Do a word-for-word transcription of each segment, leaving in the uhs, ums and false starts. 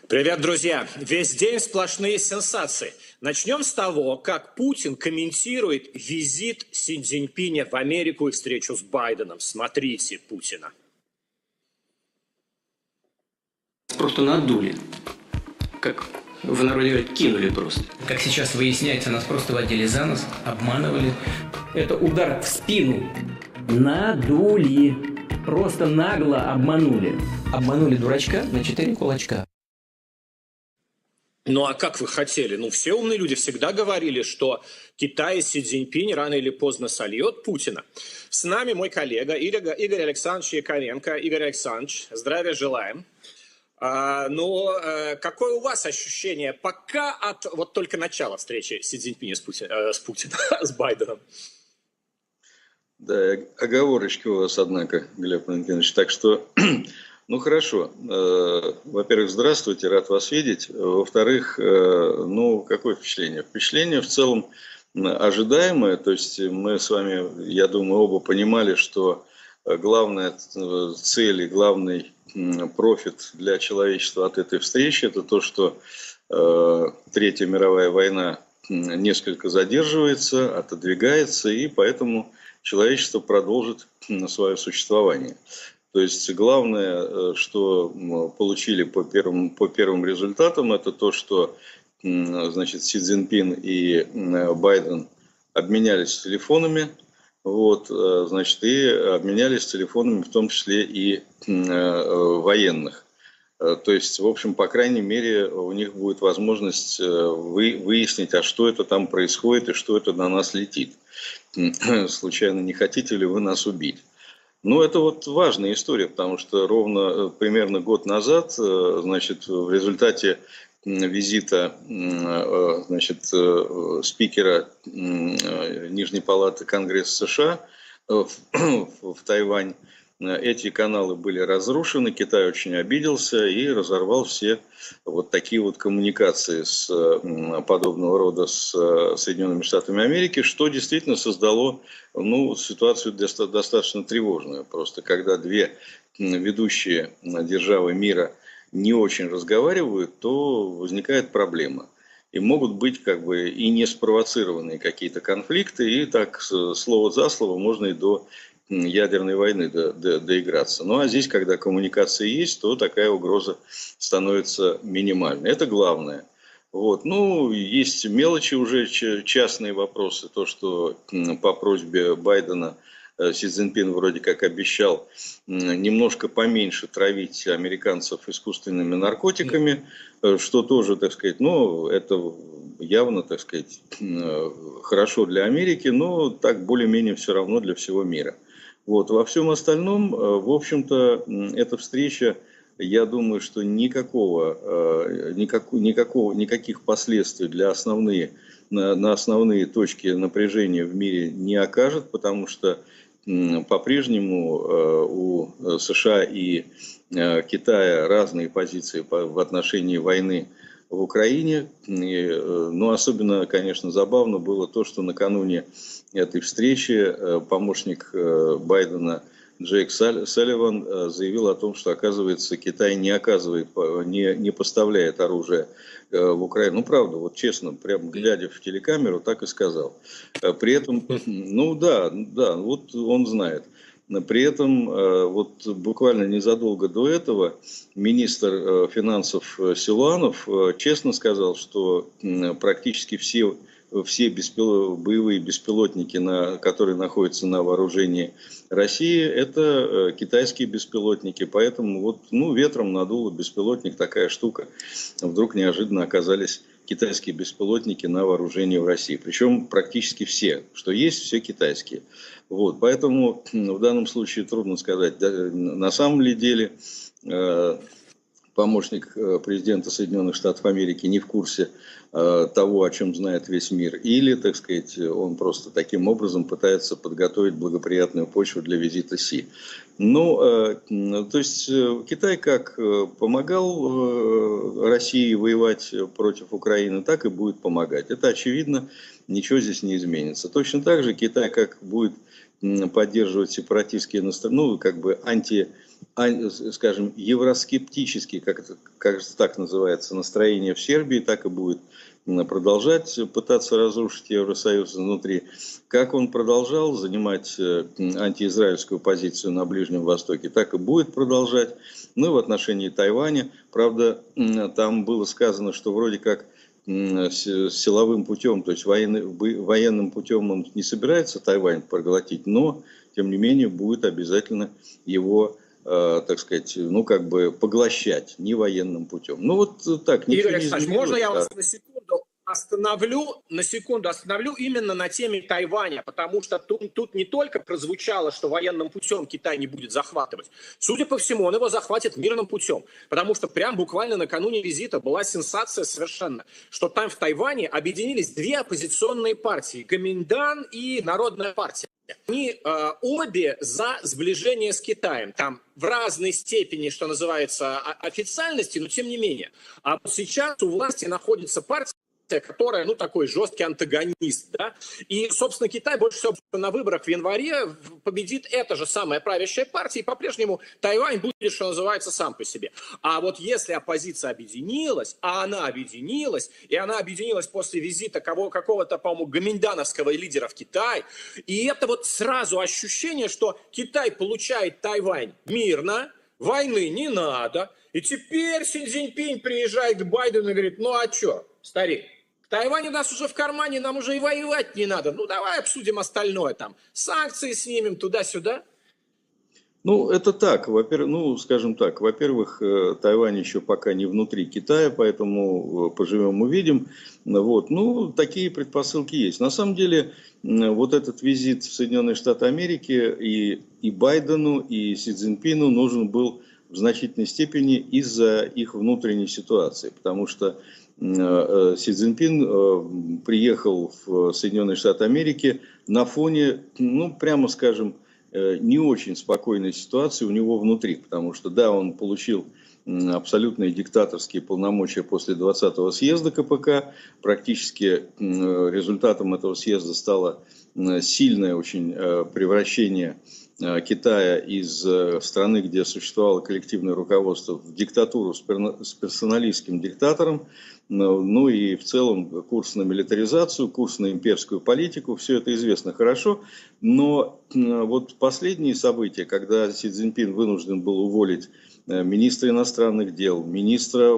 Привет, друзья! Весь день сплошные сенсации. Начнем с того, как Путин комментирует визит Си Цзиньпиня в Америку и встречу с Байденом. Смотрите Путина. Просто надули. Как в народе говорят, кинули просто. Как сейчас выясняется, нас просто водили за нос, обманывали. Это удар в спину. Надули. Просто нагло обманули. Обманули дурачка на четыре кулачка. Ну а как вы хотели? Ну все умные люди всегда говорили, что Китай и Си Цзиньпинь рано или поздно сольет Путина. С нами мой коллега Игорь, Игорь Александрович Яковенко. Игорь Александрович, здравия желаем. А, ну, а, какое у вас ощущение пока от вот только начала встречи Си Цзиньпиня с, Пути, э, с Путиным, с Байденом? Да, оговорочки у вас, однако, Глеб Валентинович. Так что... Ну хорошо. Во-первых, здравствуйте, рад вас видеть. Во-вторых, ну какое впечатление? Впечатление в целом ожидаемое. То есть мы с вами, я думаю, оба понимали, что главная цель и главный профит для человечества от этой встречи — это то, что Третья мировая война несколько задерживается, отодвигается, и поэтому человечество продолжит свое существование. То есть главное, что получили по первым, по первым результатам, это то, что значит, Си Цзиньпин и Байден обменялись телефонами, вот, значит, и обменялись телефонами в том числе и военных. То есть, в общем, по крайней мере, у них будет возможность вы, выяснить, а что это там происходит и что это на нас летит. Случайно не хотите ли вы нас убить? Ну, это вот важная история, потому что ровно примерно год назад, значит, в результате визита, значит, спикера Нижней палаты Конгресса США в, в Тайвань, эти каналы были разрушены, Китай очень обиделся и разорвал все вот такие вот коммуникации с подобного рода с Соединенными Штатами Америки, что действительно создало, ну, ситуацию достаточно тревожную. Просто когда две ведущие державы мира не очень разговаривают, то возникает проблема. И могут быть как бы и не спровоцированные какие-то конфликты, и так слово за слово можно и до ядерной войны до, до, доиграться. Ну а здесь, когда коммуникация есть, то такая угроза становится минимальной. Это главное. Вот. Ну, есть мелочи уже, частные вопросы. То, что по просьбе Байдена Си Цзиньпин вроде как обещал немножко поменьше травить американцев искусственными наркотиками, что тоже, так сказать, ну, это явно, так сказать, хорошо для Америки, но так более-менее все равно для всего мира. Вот. Во всем остальном, в общем-то, эта встреча, я думаю, что никакого, никакого, никакого, никаких последствий для основные, на, на основные точки напряжения в мире не окажет, потому что по-прежнему у США и Китая разные позиции в отношении войны в Украине. И, ну, особенно, конечно, забавно было то, что накануне этой встречи помощник Байдена Джейк Салливан заявил о том, что, оказывается, Китай не оказывает, не, не поставляет оружие в Украину. Ну, правда, вот честно, прям глядя в телекамеру, так и сказал. При этом, ну да, да, вот он знает. При этом вот буквально незадолго до этого министр финансов Силуанов честно сказал, что практически все, все беспилот, боевые беспилотники, на, которые находятся на вооружении России, это китайские беспилотники. Поэтому вот, ну, ветром надуло беспилотник, такая штука. Вдруг неожиданно оказались китайские беспилотники на вооружении в России. Причем практически все, что есть, все китайские. Вот, поэтому в данном случае трудно сказать, да, на самом ли деле э, помощник президента Соединенных Штатов Америки не в курсе э, того, о чем знает весь мир, или, так сказать, он просто таким образом пытается подготовить благоприятную почву для визита Си. Ну, э, то есть Китай как помогал э, России воевать против Украины, так и будет помогать. Это очевидно, ничего здесь не изменится. Точно так же Китай как будет поддерживать сепаратистские настроения, ну, как бы анти, ан, скажем, евроскептические, как это, кажется, так называется, настроения в Сербии, так и будет продолжать пытаться разрушить Евросоюз изнутри. Как он продолжал занимать антиизраильскую позицию на Ближнем Востоке, так и будет продолжать. Ну и в отношении Тайваня, правда, там было сказано, что вроде как силовым путем, то есть военным, военным путем он не собирается Тайвань проглотить, но, тем не менее, будет обязательно его, э, так сказать, ну, как бы поглощать, не военным путем. Ну, вот так, ничего Игорь не Александрович, изменилось. можно я вас Да. на секунду остановлю, на секунду остановлю именно на теме Тайваня, потому что тут, тут не только прозвучало, что военным путем Китай не будет захватывать. Судя по всему, он его захватит мирным путем, потому что прям буквально накануне визита была сенсация совершенно, что там в Тайване объединились две оппозиционные партии, Гоминьдан и Народная партия. Они э, обе за сближение с Китаем. Там в разной степени, что называется, официальности, но тем не менее. А вот сейчас у власти находится партия, которая, ну, такой жесткий антагонист, да, и, собственно, Китай больше всего на выборах в январе победит эта же самая правящая партия, и по-прежнему Тайвань будет, что называется, сам по себе. А вот если оппозиция объединилась, а она объединилась, и она объединилась после визита кого, какого-то, по-моему, гоминьдановского лидера в Китай, и это вот сразу ощущение, что Китай получает Тайвань мирно, войны не надо, и теперь Си Цзиньпинь приезжает к Байдену и говорит, ну а что, старик, Тайвань у нас уже в кармане, нам уже и воевать не надо. Ну, давай обсудим остальное там. Санкции снимем туда-сюда. Ну, это так. Во-первых, ну, скажем так, во-первых, Тайвань еще пока не внутри Китая, поэтому поживем увидим. Вот. Ну, такие предпосылки есть. На самом деле, вот этот визит в Соединенные Штаты Америки и, и Байдену, и Си Цзиньпину нужен был в значительной степени из-за их внутренней ситуации, потому что Си Цзиньпин приехал в Соединенные Штаты Америки на фоне, ну, прямо скажем, не очень спокойной ситуации у него внутри, потому что, да, он получил абсолютные диктаторские полномочия после двадцатого съезда ка пэ ка, практически результатом этого съезда стало сильное очень превращение Китая из страны, где существовало коллективное руководство, в диктатуру с персоналистским диктатором. Ну и в целом курс на милитаризацию, курс на имперскую политику, все это известно хорошо. Но вот последние события, когда Си Цзиньпин вынужден был уволить министра иностранных дел, министра,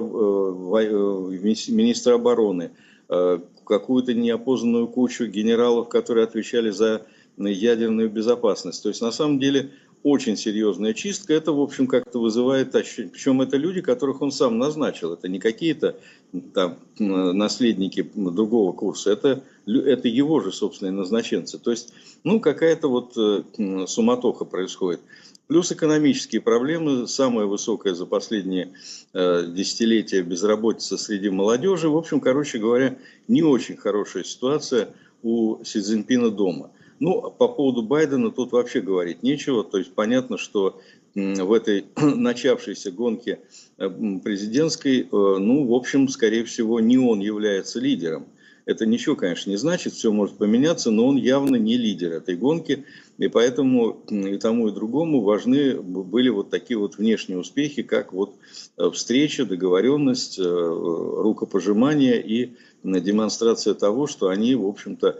министра обороны, какую-то неопознанную кучу генералов, которые отвечали за ядерную безопасность. То есть, на самом деле, очень серьезная чистка. Это, в общем, как-то вызывает ощущение. Причем это люди, которых он сам назначил. Это не какие-то там наследники другого курса. Это, это его же собственные назначенцы. То есть, ну, какая-то вот суматоха происходит. Плюс экономические проблемы. Самая высокая за последние э, десятилетия безработица среди молодежи. В общем, короче говоря, не очень хорошая ситуация у Си Цзиньпина дома. Ну, по поводу Байдена тут вообще говорить нечего. То есть понятно, что в этой начавшейся гонке президентской, ну, в общем, скорее всего, не он является лидером. Это ничего, конечно, не значит, все может поменяться, но он явно не лидер этой гонки. И поэтому и тому, и другому важны были вот такие вот внешние успехи, как вот встреча, договоренность, рукопожимание и демонстрация того, что они, в общем-то,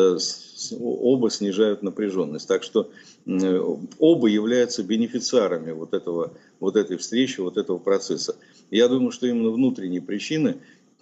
оба снижают напряженность. Так что оба являются бенефициарами вот, этого, вот этой встречи, вот этого процесса. Я думаю, что именно внутренние причины,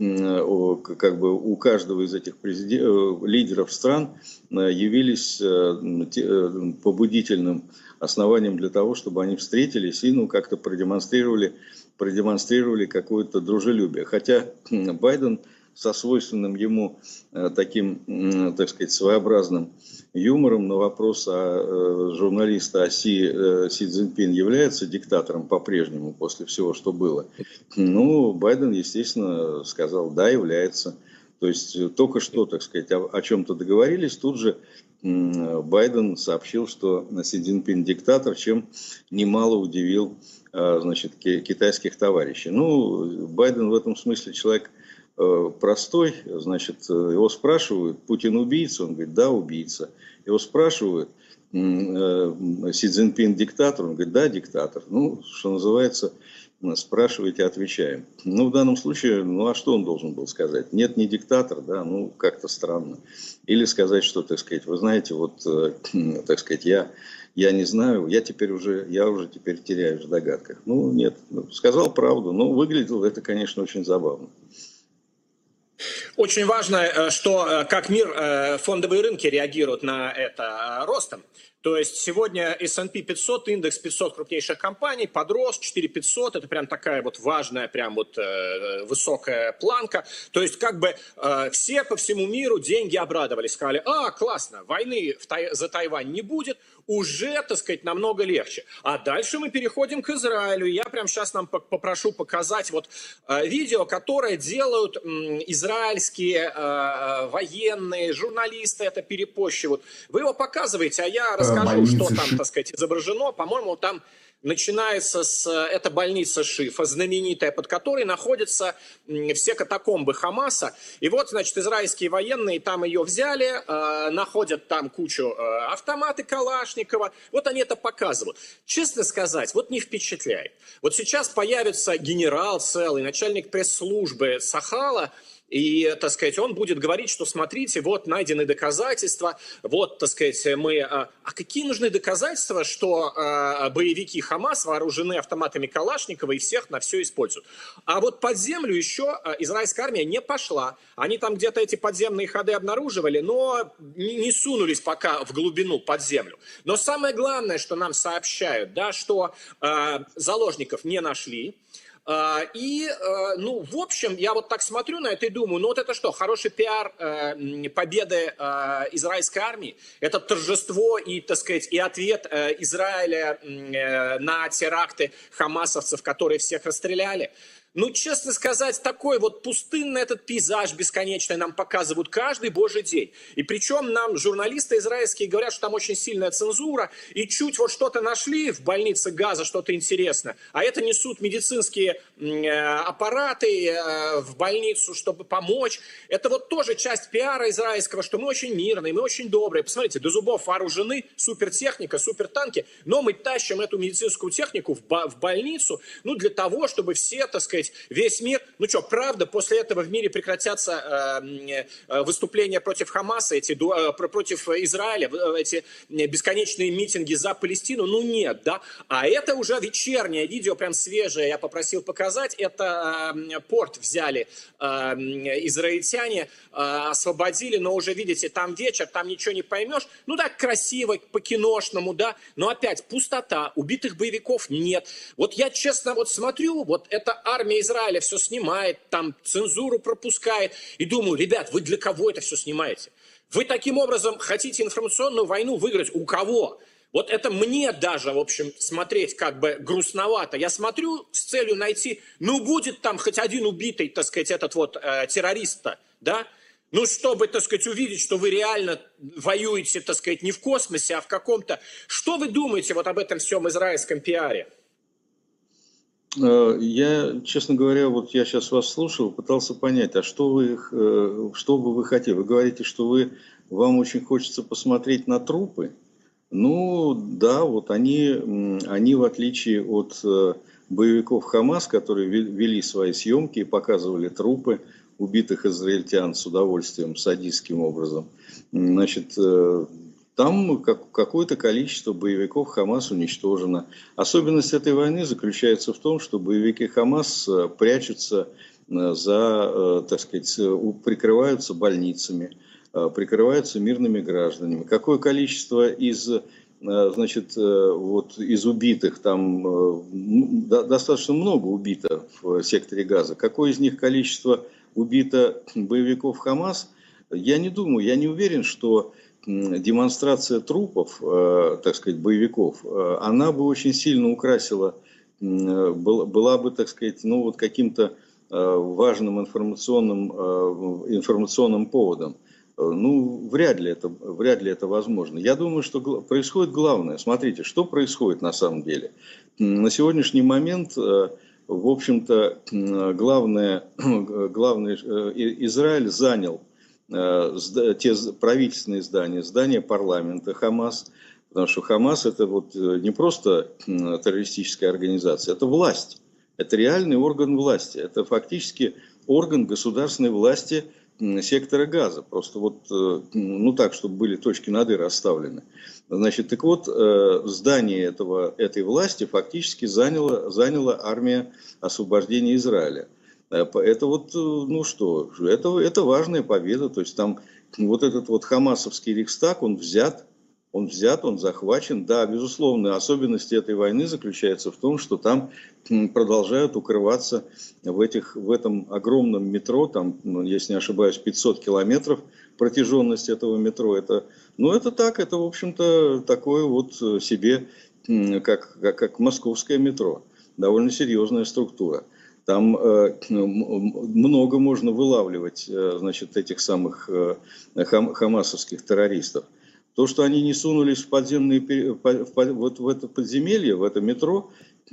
как бы у каждого из этих лидеров стран явились побудительным основанием для того, чтобы они встретились и, ну, как-то продемонстрировали, продемонстрировали какое-то дружелюбие. Хотя Байден со свойственным ему таким, так сказать, своеобразным юмором на вопрос а, журналиста, а Си, Си Цзиньпин является диктатором по-прежнему после всего, что было. Ну, Байден, естественно, сказал, да, является. То есть только что, так сказать, о, о чем-то договорились, тут же Байден сообщил, что Си Цзиньпин диктатор, чем немало удивил, значит, китайских товарищей. Ну, Байден в этом смысле человек простой, значит, его спрашивают, Путин убийца? Он говорит, да, убийца. Его спрашивают, Си Цзиньпин диктатор? Он говорит, да, диктатор. Ну, что называется, спрашиваете, отвечаем. Ну, в данном случае, ну, а что он должен был сказать? Нет, не диктатор, да, ну, как-то странно. Или сказать, что, так сказать, вы знаете, вот, так сказать, я, я не знаю, я теперь уже, я уже теперь теряюсь в догадках. Ну, нет, сказал правду, но выглядело это, конечно, очень забавно. Очень важно, что как мир, фондовые рынки реагируют на это ростом. То есть сегодня эс энд пи пятьсот, индекс пятьсот крупнейших компаний, подрос четыре тысячи пятьсот. Это прям такая вот важная, прям вот э, высокая планка. То есть как бы э, все по всему миру деньги обрадовались. Сказали, а, классно, войны в Тай- за Тайвань не будет. Уже, так сказать, намного легче. А дальше мы переходим к Израилю. Я прямо сейчас нам попрошу показать вот э, видео, которое делают э, израильские э, военные, журналисты это перепощивают. Вы его показываете, а я расскажу, что там, так сказать, изображено. По-моему, там начинается с... Это больница Шифа, знаменитая, под которой находятся все катакомбы Хамаса. И вот, значит, израильские военные там ее взяли, э, находят там кучу э, автоматы Калашникова. Вот они это показывают. Честно сказать, вот не впечатляет. Вот сейчас появится генерал целый, начальник пресс-службы Сахала, и, так сказать, он будет говорить, что смотрите, вот найдены доказательства, вот, так сказать, мы... А какие нужны доказательства, что а, боевики Хамас вооружены автоматами Калашникова и всех на все используют? А вот под землю еще израильская армия не пошла. Они там где-то эти подземные ходы обнаруживали, но не сунулись пока в глубину под землю. Но самое главное, что нам сообщают, да, что а, заложников не нашли. Uh, и, uh, ну, в общем, я вот так смотрю на это и думаю, ну вот это что, хороший пиар uh, победы uh, израильской армии? Это торжество и, так сказать, и ответ uh, Израиля uh, на теракты хамасовцев, которые всех расстреляли? Ну, честно сказать, такой вот пустынный этот пейзаж бесконечный нам показывают каждый божий день. И причем нам журналисты израильские говорят, что там очень сильная цензура, и чуть вот что-то нашли в больнице Газа, что-то интересное, а это несут медицинские э, аппараты э, в больницу, чтобы помочь. Это вот тоже часть пиара израильского, что мы очень мирные, мы очень добрые. Посмотрите, до зубов вооружены, супертехника, супертанки, но мы тащим эту медицинскую технику в, в больницу, ну, для того, чтобы все, так сказать, весь мир, ну что, правда, после этого в мире прекратятся э, э, выступления против Хамаса, эти, э, против Израиля, э, эти бесконечные митинги за Палестину? Ну нет, да. А это уже вечернее видео, прям свежее, я попросил показать. Это э, порт взяли э, израильтяне, э, освободили, но уже, видите, там вечер, там ничего не поймешь. Ну так красиво, по-киношному, да, но опять пустота, убитых боевиков нет. Вот я честно вот смотрю, вот эта армия Израиля все снимает, там цензуру пропускает. И думаю, ребят, вы для кого это все снимаете? Вы таким образом хотите информационную войну выиграть? У кого? Вот это мне даже, в общем, смотреть как бы грустновато. Я смотрю с целью найти, ну, будет там хоть один убитый, так сказать, этот вот э, террорист-то, да? Ну, чтобы, так сказать, увидеть, что вы реально воюете, так сказать, не в космосе, а в каком-то... Что вы думаете вот об этом всем израильском пиаре? Я, честно говоря, вот я сейчас вас слушал, пытался понять, а что вы, что бы вы хотели? Вы говорите, что вы, вам очень хочется посмотреть на трупы. Ну, да, вот они, они в отличие от боевиков Хамас, которые вели свои съемки и показывали трупы убитых израильтян с удовольствием, садистским образом, значит... Там какое-то количество боевиков Хамас уничтожено. Особенность этой войны заключается в том, что боевики Хамас прячутся за, так сказать, прикрываются больницами, прикрываются мирными гражданами. Какое количество из, значит, вот из убитых, там достаточно много убито в секторе Газа. Какое из них количество убито боевиков Хамас? Я не думаю, я не уверен, что демонстрация трупов, так сказать, боевиков, она бы очень сильно украсила, была бы, так сказать, ну вот каким-то важным информационным, информационным поводом. Ну, вряд ли это, вряд ли это возможно. Я думаю, что происходит главное. Смотрите, что происходит на самом деле. На сегодняшний момент, в общем-то, главное, главное, Израиль занял те правительственные здания, здания парламента Хамас, Потому что Хамас это вот не просто террористическая организация, это власть. Это реальный орган власти. Это фактически орган государственной власти сектора Газа. Просто вот, ну так, чтобы были точки над «и» расставлены. Значит, так вот, здание этого, этой власти фактически заняла, заняла армия освобождения Израиля. Это вот, ну что, это, это важная победа. То есть там вот этот вот хамасовский Рейхстаг, он взят. Он взят, он захвачен. Да, безусловно, особенность этой войны заключается в том, что там продолжают укрываться в, этих, в этом огромном метро, там, если не ошибаюсь, пятьсот километров протяженность этого метро. Это, ну, это так, это, в общем-то, такое вот себе, как, как, как московское метро. Довольно серьезная структура. Там э, много можно вылавливать, э, значит, этих самых э, хам, хамасовских террористов. То, что они не сунулись в подземные, вот в это подземелье, в это метро,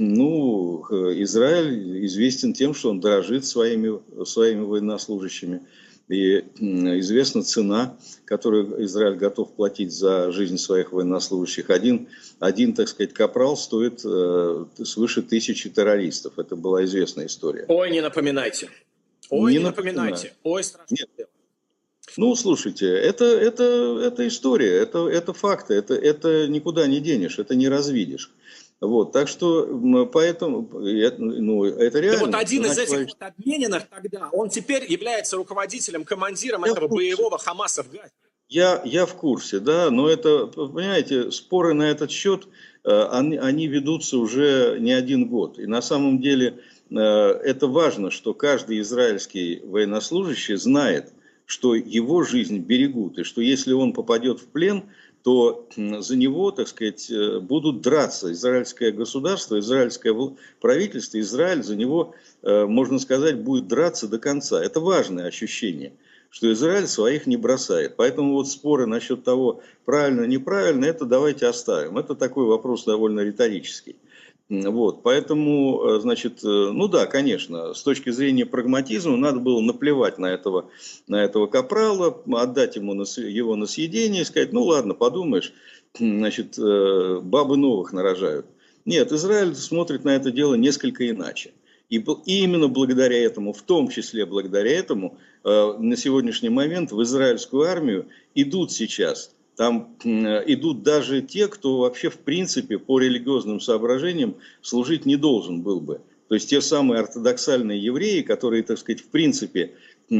ну, Израиль известен тем, что он дорожит своими, своими военнослужащими. И известна цена, которую Израиль готов платить за жизнь своих военнослужащих. Один, один так сказать, капрал стоит э, свыше тысячи террористов. Это была известная история. Ой, не напоминайте. Ой, не, не напоминайте. Напоминаю. Ой, страшно. Нет. Ну, слушайте, это, это, это история, это, это факты, это, это никуда не денешь, это не развидишь. Вот, так что, поэтому, ну, это реально. Да вот один из этих человек... вот обмененных тогда, он теперь является руководителем, командиром я этого боевого Хамаса в Газе. Я, я в курсе, да, но это, понимаете, споры на этот счет, они, они ведутся уже не один год. И на самом деле это важно, что каждый израильский военнослужащий знает, что его жизнь берегут, и что если он попадет в плен, то за него, так сказать, будут драться израильское государство, израильское правительство, Израиль за него, можно сказать, будет драться до конца. Это важное ощущение, что Израиль своих не бросает. Поэтому вот споры насчет того, правильно, неправильно, это давайте оставим. Это такой вопрос довольно риторический. Вот, поэтому, значит, ну да, конечно, с точки зрения прагматизма надо было наплевать на этого, на этого капрала, отдать ему на, его на съедение и сказать, ну ладно, подумаешь, значит, бабы новых нарожают. Нет, Израиль смотрит на это дело несколько иначе. И, и именно благодаря этому, в том числе благодаря этому, на сегодняшний момент в израильскую армию идут сейчас. Там идут даже те, кто вообще в принципе по религиозным соображениям служить не должен был бы. То есть те самые ортодоксальные евреи, которые, так сказать, в принципе,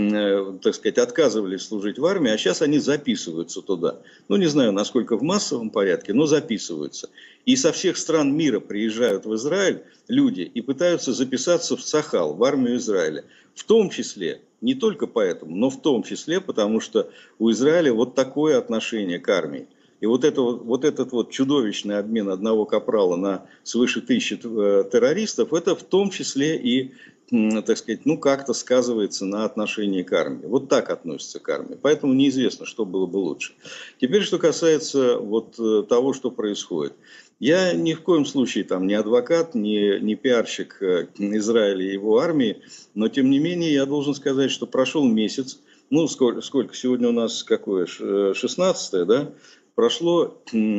так сказать, отказывались служить в армии, а сейчас они записываются туда. Ну, не знаю, насколько в массовом порядке, но записываются. И со всех стран мира приезжают в Израиль люди и пытаются записаться в Цахал, в армию Израиля. В том числе, не только поэтому, но в том числе, потому что у Израиля вот такое отношение к армии. И вот, это, вот этот вот чудовищный обмен одного капрала на свыше тысячи террористов, это в том числе и, так сказать, ну как-то сказывается на отношении к армии. Вот так относятся к армии. Поэтому неизвестно, что было бы лучше. Теперь, что касается вот того, что происходит. Я ни в коем случае там не адвокат, не, не пиарщик Израиля и его армии, но тем не менее я должен сказать, что прошел месяц, ну сколько, сколько сегодня у нас какое, шестнадцатое, да? Прошло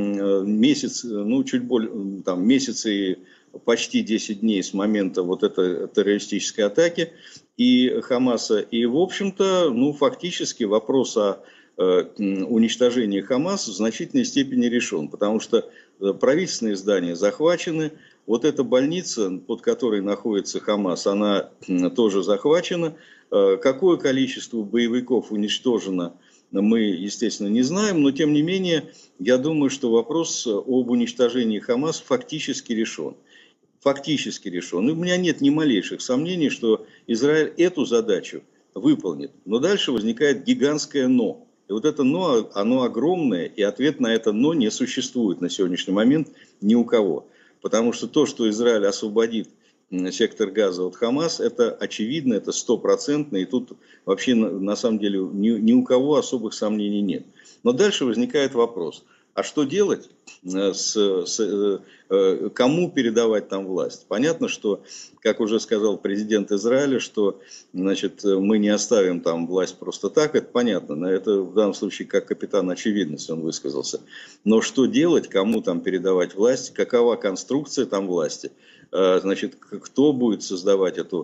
месяц, ну чуть более, там месяц и почти десять дней с момента вот этой террористической атаки и Хамаса. И в общем-то, ну фактически вопрос о уничтожении Хамаса в значительной степени решен, потому что правительственные здания захвачены, вот эта больница, под которой находится Хамас, она тоже захвачена. Какое количество боевиков уничтожено, мы, естественно, не знаем, но тем не менее, я думаю, что вопрос об уничтожении Хамаса фактически решен. Фактически решен. И у меня нет ни малейших сомнений, что Израиль эту задачу выполнит. Но дальше возникает гигантское «но». И вот это «но», оно огромное, и ответ на это «но» не существует на сегодняшний момент ни у кого. Потому что то, что Израиль освободит сектор Газа от Хамас, это очевидно, это стопроцентно, и тут вообще на самом деле ни, ни у кого особых сомнений нет. Но дальше возникает вопрос, А что делать? С, с, кому передавать там власть? Понятно, что, как уже сказал президент Израиля, что, значит, мы не оставим там власть просто так, это понятно. Но это в данном случае как капитан очевидности он высказался. Но что делать, кому там передавать власть, какова конструкция там власти? Значит, кто будет создавать эту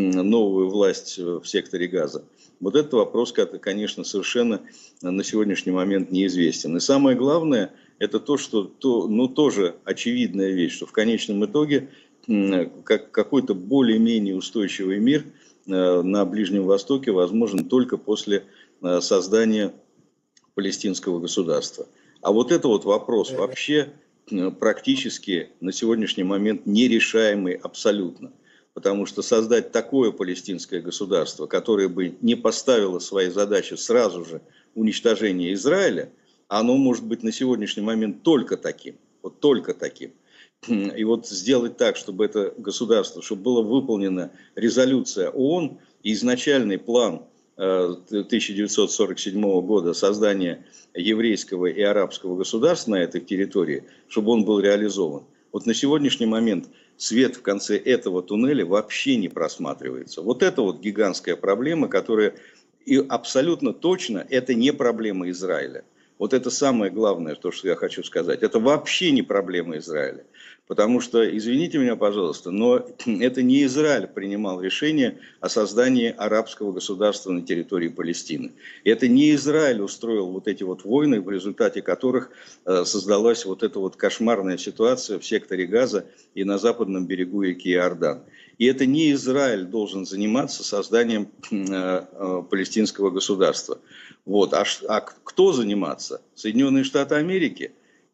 новую власть в секторе Газа? Вот этот вопрос, конечно, совершенно на сегодняшний момент неизвестен. И самое главное, это то, что, то, ну, тоже очевидная вещь, что в конечном итоге как, какой-то более-менее устойчивый мир на Ближнем Востоке возможен только после создания палестинского государства. А вот это вот вопрос вообще практически на сегодняшний момент нерешаемый абсолютно. Потому что создать такое палестинское государство, которое бы не поставило своей задачей сразу же уничтожение Израиля, оно может быть на сегодняшний момент только таким. Вот только таким. И вот сделать так, чтобы это государство, чтобы была выполнена резолюция ООН и изначальный план тысяча девятьсот сорок седьмого года создания еврейского и арабского государства на этой территории, чтобы он был реализован. Вот на сегодняшний момент свет в конце этого туннеля вообще не просматривается. Вот это вот гигантская проблема, которая и абсолютно точно это не проблема Израиля. Вот это самое главное, то, что я хочу сказать. Это вообще не проблема Израиля. Потому что, извините меня, пожалуйста, но это не Израиль принимал решение о создании арабского государства на территории Палестины. Это не Израиль устроил вот эти вот войны, в результате которых создалась вот эта вот кошмарная ситуация в секторе Газа и на западном берегу реки Иордан. И это не Израиль должен заниматься созданием палестинского государства. Вот. А, а кто заниматься? Соединенные Штаты Америки?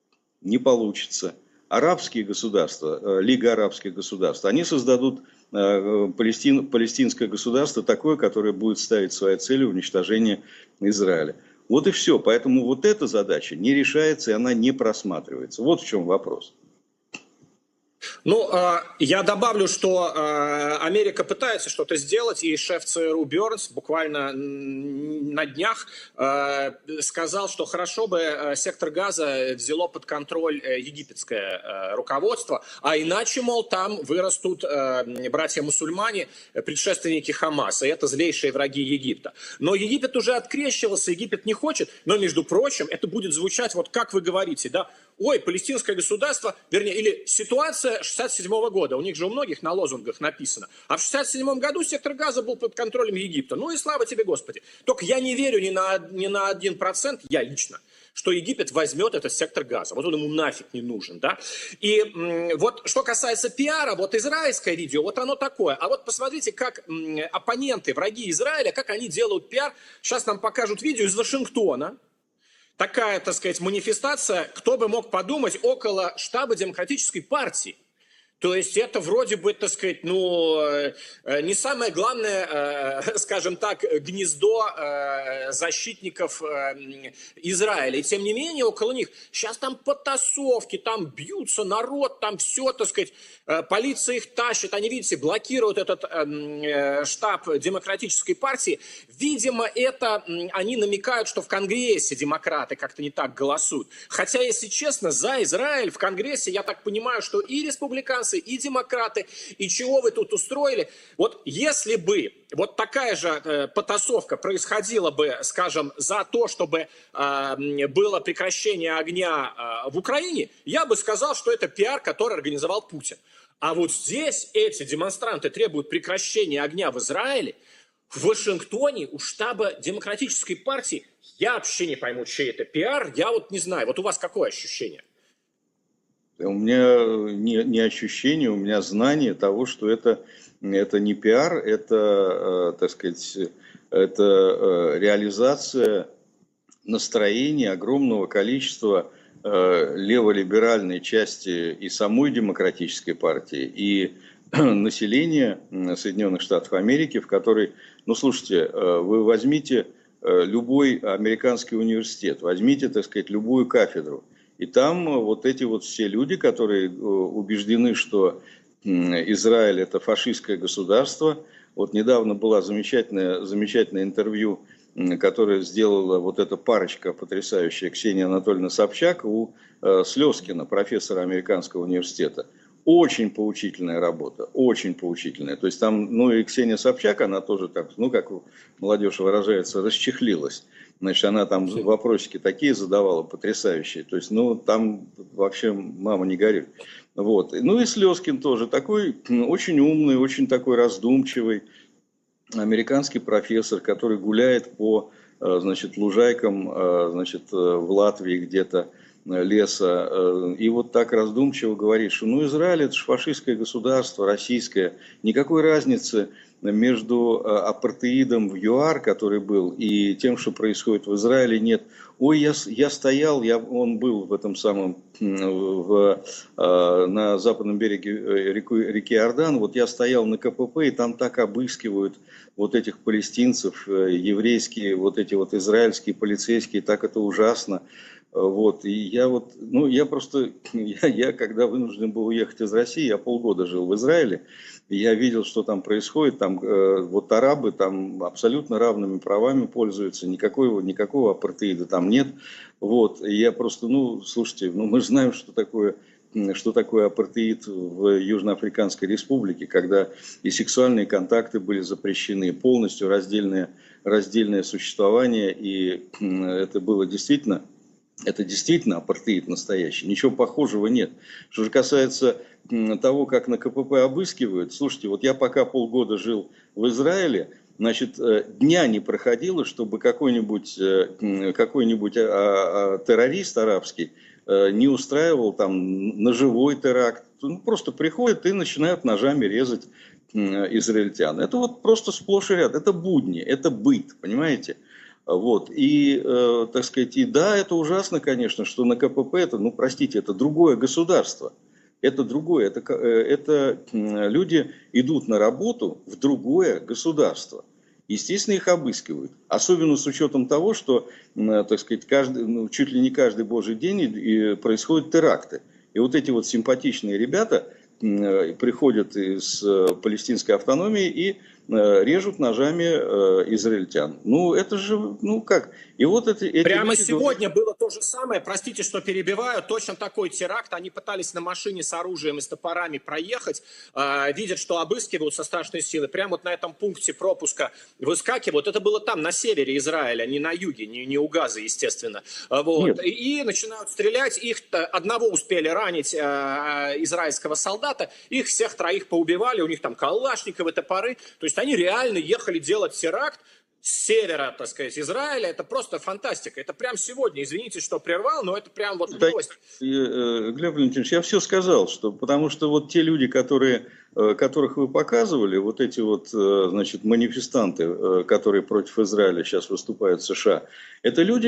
Не получится. Арабские государства, Лига арабских государств, они создадут палестин, палестинское государство такое, которое будет ставить своей целью уничтожение Израиля. Вот и все. Поэтому вот эта задача не решается и она не просматривается. Вот в чем вопрос. Ну, я добавлю, что Америка пытается что-то сделать, и шеф ЦРУ Бернс буквально на днях сказал, что хорошо бы сектор Газа взяло под контроль египетское руководство, а иначе, мол, там вырастут братья-мусульмане, предшественники Хамаса, и это злейшие враги Египта. Но Египет уже открещивался, Египет не хочет, но, между прочим, это будет звучать вот как вы говорите, да, ой, палестинское государство, вернее, или ситуация шестьдесят седьмого года, у них же у многих на лозунгах написано, а в шестьдесят седьмом году сектор Газа был под контролем Египта. Ну и слава тебе, Господи. Только я не верю ни на, ни на один процент, я лично, что Египет возьмет этот сектор Газа. Вот он ему нафиг не нужен, да. И м, вот что касается пиара, вот израильское видео, вот оно такое. А вот посмотрите, как м, оппоненты, враги Израиля, как они делают пиар. Сейчас нам покажут видео из Вашингтона. Такая, так сказать, манифестация, кто бы мог подумать, около штаба Демократической партии. То есть это вроде бы, так сказать, ну, не самое главное, скажем так, гнездо защитников Израиля. И тем не менее, около них сейчас там потасовки, там бьются народ, там все, так сказать, полиция их тащит. Они, видите, блокируют этот штаб Демократической партии. Видимо, это они намекают, что в Конгрессе демократы как-то не так голосуют. Хотя, если честно, за Израиль в Конгрессе, я так понимаю, что и республиканцы, и демократы, и чего вы тут устроили. Вот если бы вот такая же э, потасовка происходила бы, скажем, за то, чтобы э, было прекращение огня э, в Украине, я бы сказал, что это пиар, который организовал Путин. А вот здесь эти демонстранты требуют прекращения огня в Израиле, в Вашингтоне, у штаба Демократической партии. Я вообще не пойму, чей это пиар, я вот не знаю. Вот у вас какое ощущение? У меня не, не ощущение, у меня знание того, что это, это не пиар, это, так сказать, это реализация настроения огромного количества леволиберальной части и самой Демократической партии, и населения Соединенных Штатов Америки, в которой, ну слушайте, вы возьмите любой американский университет, возьмите, так сказать, любую кафедру, и там вот эти вот все люди, которые убеждены, что Израиль это фашистское государство. Вот недавно было замечательное, замечательное интервью которую сделала вот эта парочка потрясающая, Ксения Анатольевна Собчак у Слезкина, профессора американского университета. Очень поучительная работа, очень поучительная. То есть там, ну и Ксения Собчак, она тоже так, ну как молодежь выражается, расчехлилась. Значит, она там вопросики такие задавала, потрясающие. То есть, ну там вообще мама не горюй. Вот. Ну и Слезкин тоже такой очень умный, очень такой раздумчивый американский профессор, который гуляет по, значит, лужайкам, значит, в Латвии где-то, леса, и вот так раздумчиво говорит, что ну Израиль это же фашистское государство, российское, никакой разницы между апартеидом в ЮАР, который был, и тем, что происходит в Израиле, нет. Ой, я, я стоял, я, он был в этом самом, в, на западном береге реки, реки Иордан, вот я стоял на КПП, и там так обыскивают вот этих палестинцев, еврейские, вот эти вот израильские полицейские, так это ужасно. Вот, и я вот, ну, я просто, я, я когда вынужден был уехать из России, я полгода жил в Израиле, и я видел, что там происходит, там, э, вот арабы там абсолютно равными правами пользуются, никакого, никакого апартеида там нет, вот, и я просто, ну, слушайте, ну, мы же знаем, что такое, что такое апартеид в Южноафриканской Республике, когда и сексуальные контакты были запрещены, полностью раздельное, раздельное существование, и это было действительно... Это действительно апартеид настоящий, ничего похожего нет. Что же касается того, как на КПП обыскивают, слушайте, вот я пока полгода жил в Израиле, значит, дня не проходило, чтобы какой-нибудь какой-нибудь террорист арабский не устраивал там ножевой теракт. Ну, просто приходят и начинают ножами резать израильтян. Это вот просто сплошь и ряд, это будни, это быт, понимаете? Вот, и, э, так сказать, и да, это ужасно, конечно, что на КПП, это, ну, простите, это другое государство, это другое, это, это люди идут на работу в другое государство, естественно, их обыскивают, особенно с учетом того, что, э, так сказать, каждый, ну, чуть ли не каждый божий день и, и происходят теракты, и вот эти вот симпатичные ребята э, приходят из э, палестинской автономии и режут ножами э, израильтян. Ну, это же, ну как? И вот это, эти Прямо люди... сегодня было то же самое, простите, что перебиваю, точно такой теракт. Они пытались на машине с оружием и с топорами проехать, э, видят, что обыскивают со страшной силой. Прямо вот на этом пункте пропуска выскакивают. Это было там, на севере Израиля, не на юге, не, не у Газа, естественно. Вот. И, и начинают стрелять. Их одного успели ранить, э, израильского солдата. Их всех троих поубивали. У них там калашниковые топоры. То есть они реально ехали делать теракт с севера, так сказать, Израиля. Это просто фантастика. Это прям сегодня. Извините, что прервал, но это прям вот новость. Да, Глеб Валентинович, я все сказал, что потому что вот те люди, которые, которых вы показывали, вот эти вот, значит, манифестанты, которые против Израиля сейчас выступают в США, это люди,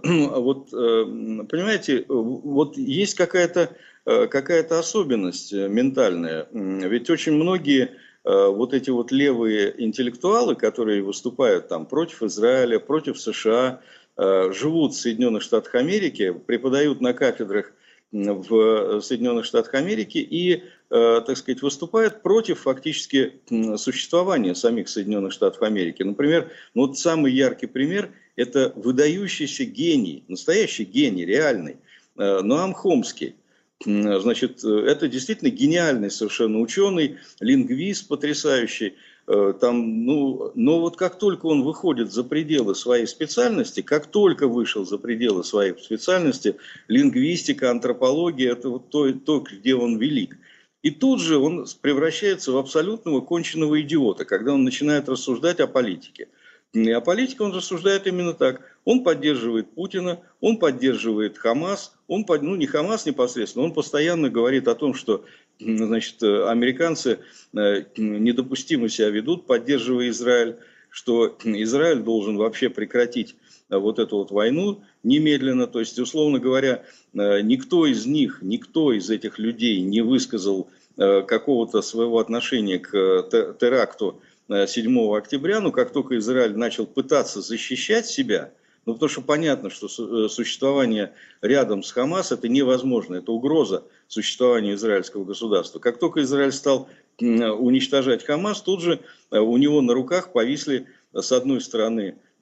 вот, понимаете, вот есть какая-то какая-то особенность ментальная. Ведь очень многие вот эти вот левые интеллектуалы, которые выступают там против Израиля, против США, живут в Соединенных Штатах Америки, преподают на кафедрах в Соединенных Штатах Америки и, так сказать, выступают против фактически существования самих Соединенных Штатов Америки. Например, ну вот самый яркий пример – это выдающийся гений, настоящий гений, реальный, Ноам Хомский. Значит, это действительно гениальный совершенно ученый, лингвист потрясающий. Там, ну, но вот как только он выходит за пределы своей специальности, как только вышел за пределы своей специальности, лингвистика, антропология, это вот то, то, где он велик. И тут же он превращается в абсолютного конченного идиота, когда он начинает рассуждать о политике. И о политике он рассуждает именно так. Он поддерживает Путина, он поддерживает Хамас, он, ну не Хамас непосредственно, он постоянно говорит о том, что, значит, американцы недопустимо себя ведут, поддерживая Израиль, что Израиль должен вообще прекратить вот эту вот войну немедленно. То есть, условно говоря, никто из них, никто из этих людей не высказал какого-то своего отношения к теракту седьмого октября, но как только Израиль начал пытаться защищать себя, ну потому что понятно, что существование рядом с Хамас это невозможно, это угроза существованию израильского государства. Как только Израиль стал уничтожать Хамас, тут же у него на руках повисли с одной стороны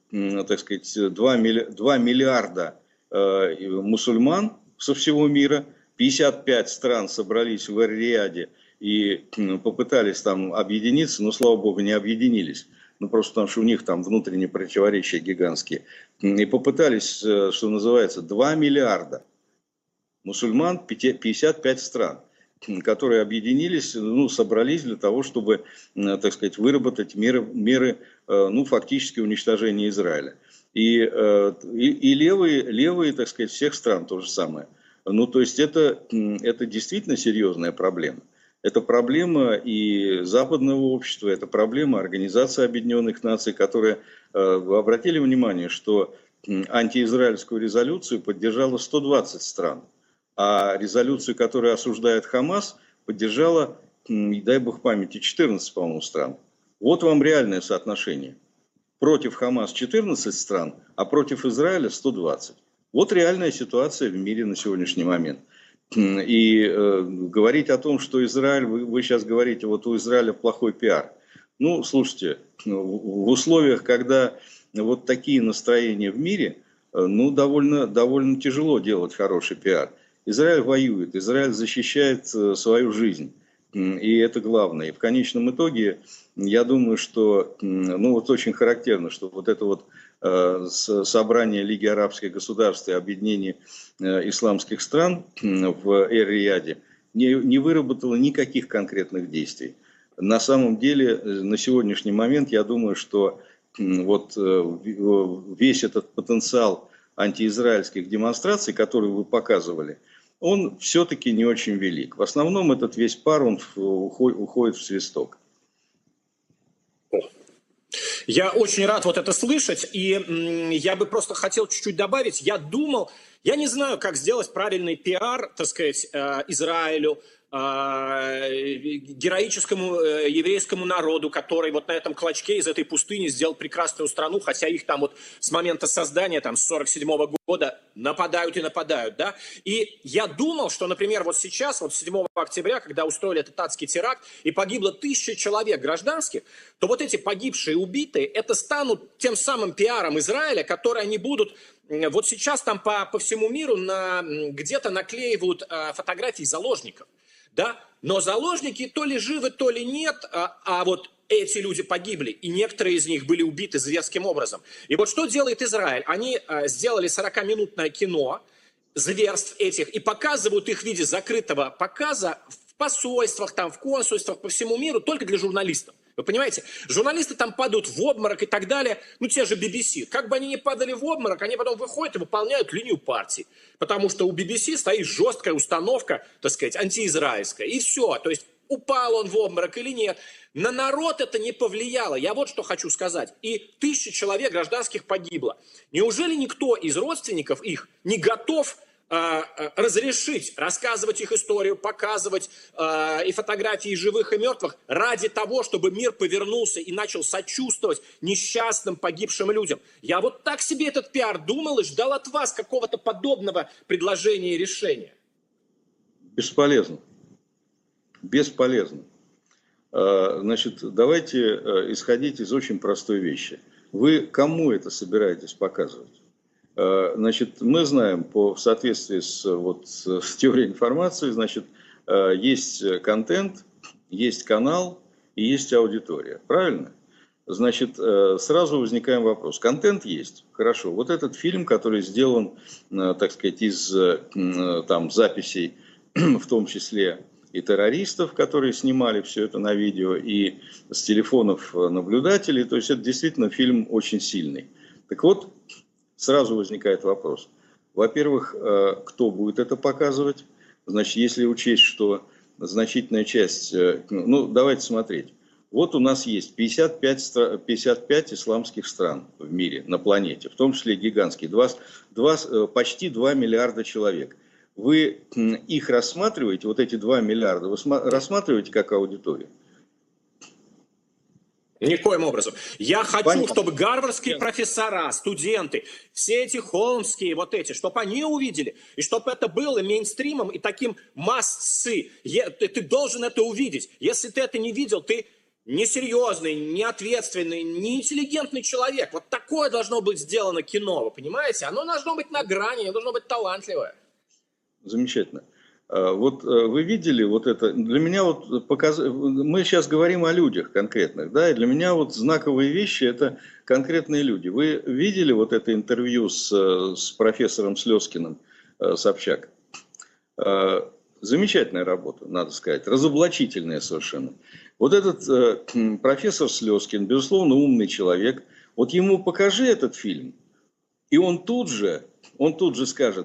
так сказать, два миллиарда мусульман со всего мира, пятьдесят пять стран собрались в Эр-Рияде и попытались там объединиться, но, слава богу, не объединились. Ну, просто потому что у них там внутренние противоречия гигантские. И попытались, что называется, два миллиарда мусульман, пятьдесят пять стран, которые объединились, ну, собрались для того, чтобы, так сказать, выработать меры, меры ну, фактически уничтожения Израиля. И, и, и левые, левые, так сказать, всех стран то же самое. Ну, то есть это, это действительно серьезная проблема. Это проблема и западного общества, это проблема Организации Объединенных Наций, которая, вы обратили внимание, что антиизраильскую резолюцию поддержало сто двадцать стран, а резолюцию, которая осуждает Хамас, поддержала, дай бог памяти, четырнадцать, по-моему, стран. Вот вам реальное соотношение. Против Хамас четырнадцать стран, а против Израиля сто двадцать. Вот реальная ситуация в мире на сегодняшний момент. И э, говорить о том, что Израиль, вы, вы сейчас говорите, вот у Израиля плохой пиар. Ну, слушайте, в, в условиях, когда вот такие настроения в мире, э, ну, довольно, довольно тяжело делать хороший пиар. Израиль воюет, Израиль защищает э, свою жизнь. И это главное. И в конечном итоге, я думаю, что, ну, вот очень характерно, что вот это вот э, собрание Лиги арабских государств и объединение э, исламских стран в Эр-Рияде не, не выработало никаких конкретных действий. На самом деле, на сегодняшний момент, я думаю, что э, вот э, весь этот потенциал антиизраильских демонстраций, который вы показывали, он все-таки не очень велик. В основном этот весь пар, он уходит в свисток. Я очень рад вот это слышать, и я бы просто хотел чуть-чуть добавить. Я думал, я не знаю, как сделать правильный пиар, так сказать, Израилю, героическому еврейскому народу, который вот на этом клочке из этой пустыни сделал прекрасную страну, хотя их там вот с момента создания, там, с сорок седьмого года нападают и нападают, да. И я думал, что, например, вот сейчас, вот седьмого октября, когда устроили этот адский теракт, и погибло тысяча человек гражданских, то вот эти погибшие, убитые, это станут тем самым пиаром Израиля, который они будут... Вот сейчас там по, по всему миру на, где-то наклеивают а, фотографии заложников. Да? Но заложники то ли живы, то ли нет, а, а вот эти люди погибли, и некоторые из них были убиты зверским образом. И вот что делает Израиль? Они а, сделали сорокаминутное кино зверств этих и показывают их в виде закрытого показа в посольствах, там, в консульствах по всему миру только для журналистов. Вы понимаете? Журналисты там падают в обморок и так далее. Ну, те же би би си. Как бы они ни падали в обморок, они потом выходят и выполняют линию партии. Потому что у би би си стоит жесткая установка, так сказать, антиизраильская. И все. То есть, упал он в обморок или нет. На народ это не повлияло. Я вот что хочу сказать. И тысяча человек гражданских погибло. Неужели никто из родственников их не готов разрешить рассказывать их историю, показывать э, и фотографии живых и мертвых ради того, чтобы мир повернулся и начал сочувствовать несчастным погибшим людям? Я вот так себе этот пиар думал и ждал от вас какого-то подобного предложения и решения. Бесполезно. Бесполезно. Значит, давайте исходить из очень простой вещи. Вы кому это собираетесь показывать? Значит, мы знаем, по, в соответствии с, вот, с теорией информации, значит, есть контент, есть канал и есть аудитория. Правильно? Значит, сразу возникает вопрос. Контент есть. Хорошо. Вот этот фильм, который сделан, так сказать, из там, записей, в том числе и террористов, которые снимали все это на видео, и с телефонов наблюдателей, то есть это действительно фильм очень сильный. Так вот, сразу возникает вопрос. Во-первых, кто будет это показывать? Значит, если учесть, что значительная часть... Ну, давайте смотреть. Вот у нас есть пятьдесят пять, пятьдесят пять исламских стран в мире, на планете, в том числе гигантские, два, два, почти два миллиарда человек. Вы их рассматриваете, вот эти два миллиарда, вы рассматриваете как аудиторию? Никоим образом. Я хочу, Понятно. чтобы гарвардские профессора, студенты, все эти холмские вот эти, чтобы они увидели, и чтобы это было мейнстримом и таким массы. Ты, ты должен это увидеть. Если ты это не видел, ты несерьезный, неответственный, неинтеллигентный человек. Вот такое должно быть сделано кино, вы понимаете? Оно должно быть на грани, оно должно быть талантливое. Замечательно. Вот вы видели вот это, для меня вот показ... мы сейчас говорим о людях конкретных, да, и для меня вот знаковые вещи это конкретные люди. Вы видели вот это интервью с, с профессором Слезкиным, Собчак? Замечательная работа, надо сказать, разоблачительная совершенно. Вот этот э, профессор Слезкин, безусловно, умный человек, вот ему покажи этот фильм, и он тут же, он тут же скажет,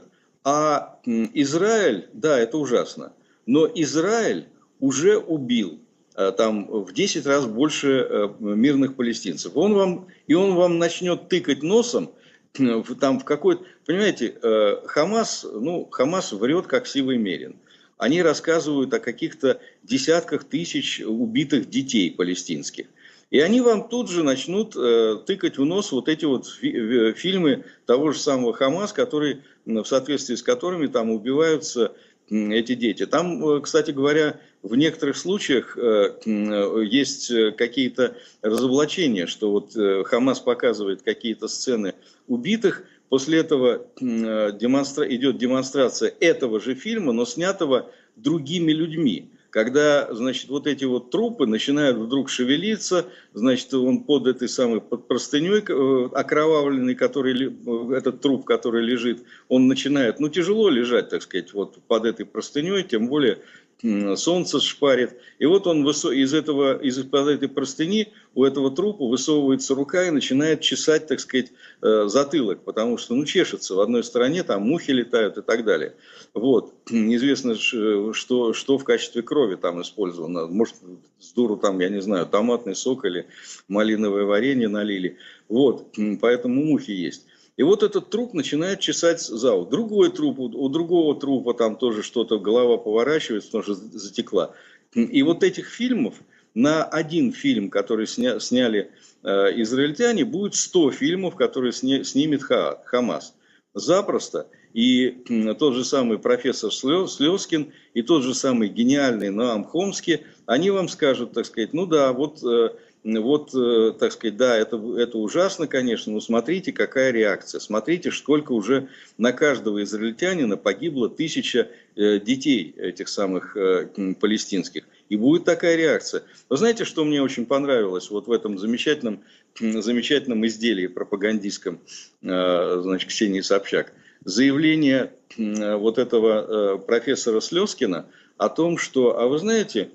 а Израиль, да, это ужасно, но Израиль уже убил э, там в десять раз больше э, мирных палестинцев. Он вам, и он вам начнет тыкать носом, э, там в какой-то, понимаете, э, Хамас, ну, Хамас врет как сивый мерин. Они рассказывают о каких-то десятках тысяч убитых детей палестинских. И они вам тут же начнут э, тыкать в нос вот эти вот фи фильмы того же самого Хамас, которые, в соответствии с которыми там убиваются э, эти дети. Там, э, кстати говоря, в некоторых случаях э, э, есть какие-то разоблачения, что вот э, Хамас показывает какие-то сцены убитых. После этого демонстра... идет демонстрация этого же фильма, но снятого другими людьми. Когда, значит, вот эти вот трупы начинают вдруг шевелиться, значит, он под этой самой под простыней окровавленный, который, этот труп, который лежит, он начинает, ну, тяжело лежать, так сказать, вот под этой простыней, тем более солнце шпарит. И вот он из этого, из-под этой простыни у этого трупа высовывается рука и начинает чесать, так сказать, затылок, потому что, ну, чешется в одной стороне, там мухи летают и так далее. Вот. Неизвестно, что, что в качестве крови там использовано. Может, с дуру там, я не знаю, томатный сок или малиновое варенье налили. Вот. Поэтому мухи есть. И вот этот труп начинает чесать за ухо. Другой труп, у другого трупа там тоже что-то, голова поворачивается, потому что затекла. И вот этих фильмов, на один фильм, который сня, сняли э, израильтяне, будет сто фильмов, которые сня, снимет Ха, Хамас. Запросто. И э, тот же самый профессор Слезкин, и тот же самый гениальный Ноам Хомски, они вам скажут, так сказать, ну да, вот... Э, Вот, так сказать, да, это, это ужасно, конечно, но смотрите, какая реакция. Смотрите, сколько уже на каждого израильтянина погибло тысяча детей этих самых палестинских. И будет такая реакция. Вы знаете, что мне очень понравилось вот в этом замечательном, замечательном изделии пропагандистском, значит, Ксении Собчак? Заявление вот этого профессора Слезкина о том, что, а вы знаете,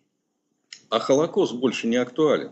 а Холокост больше не актуален.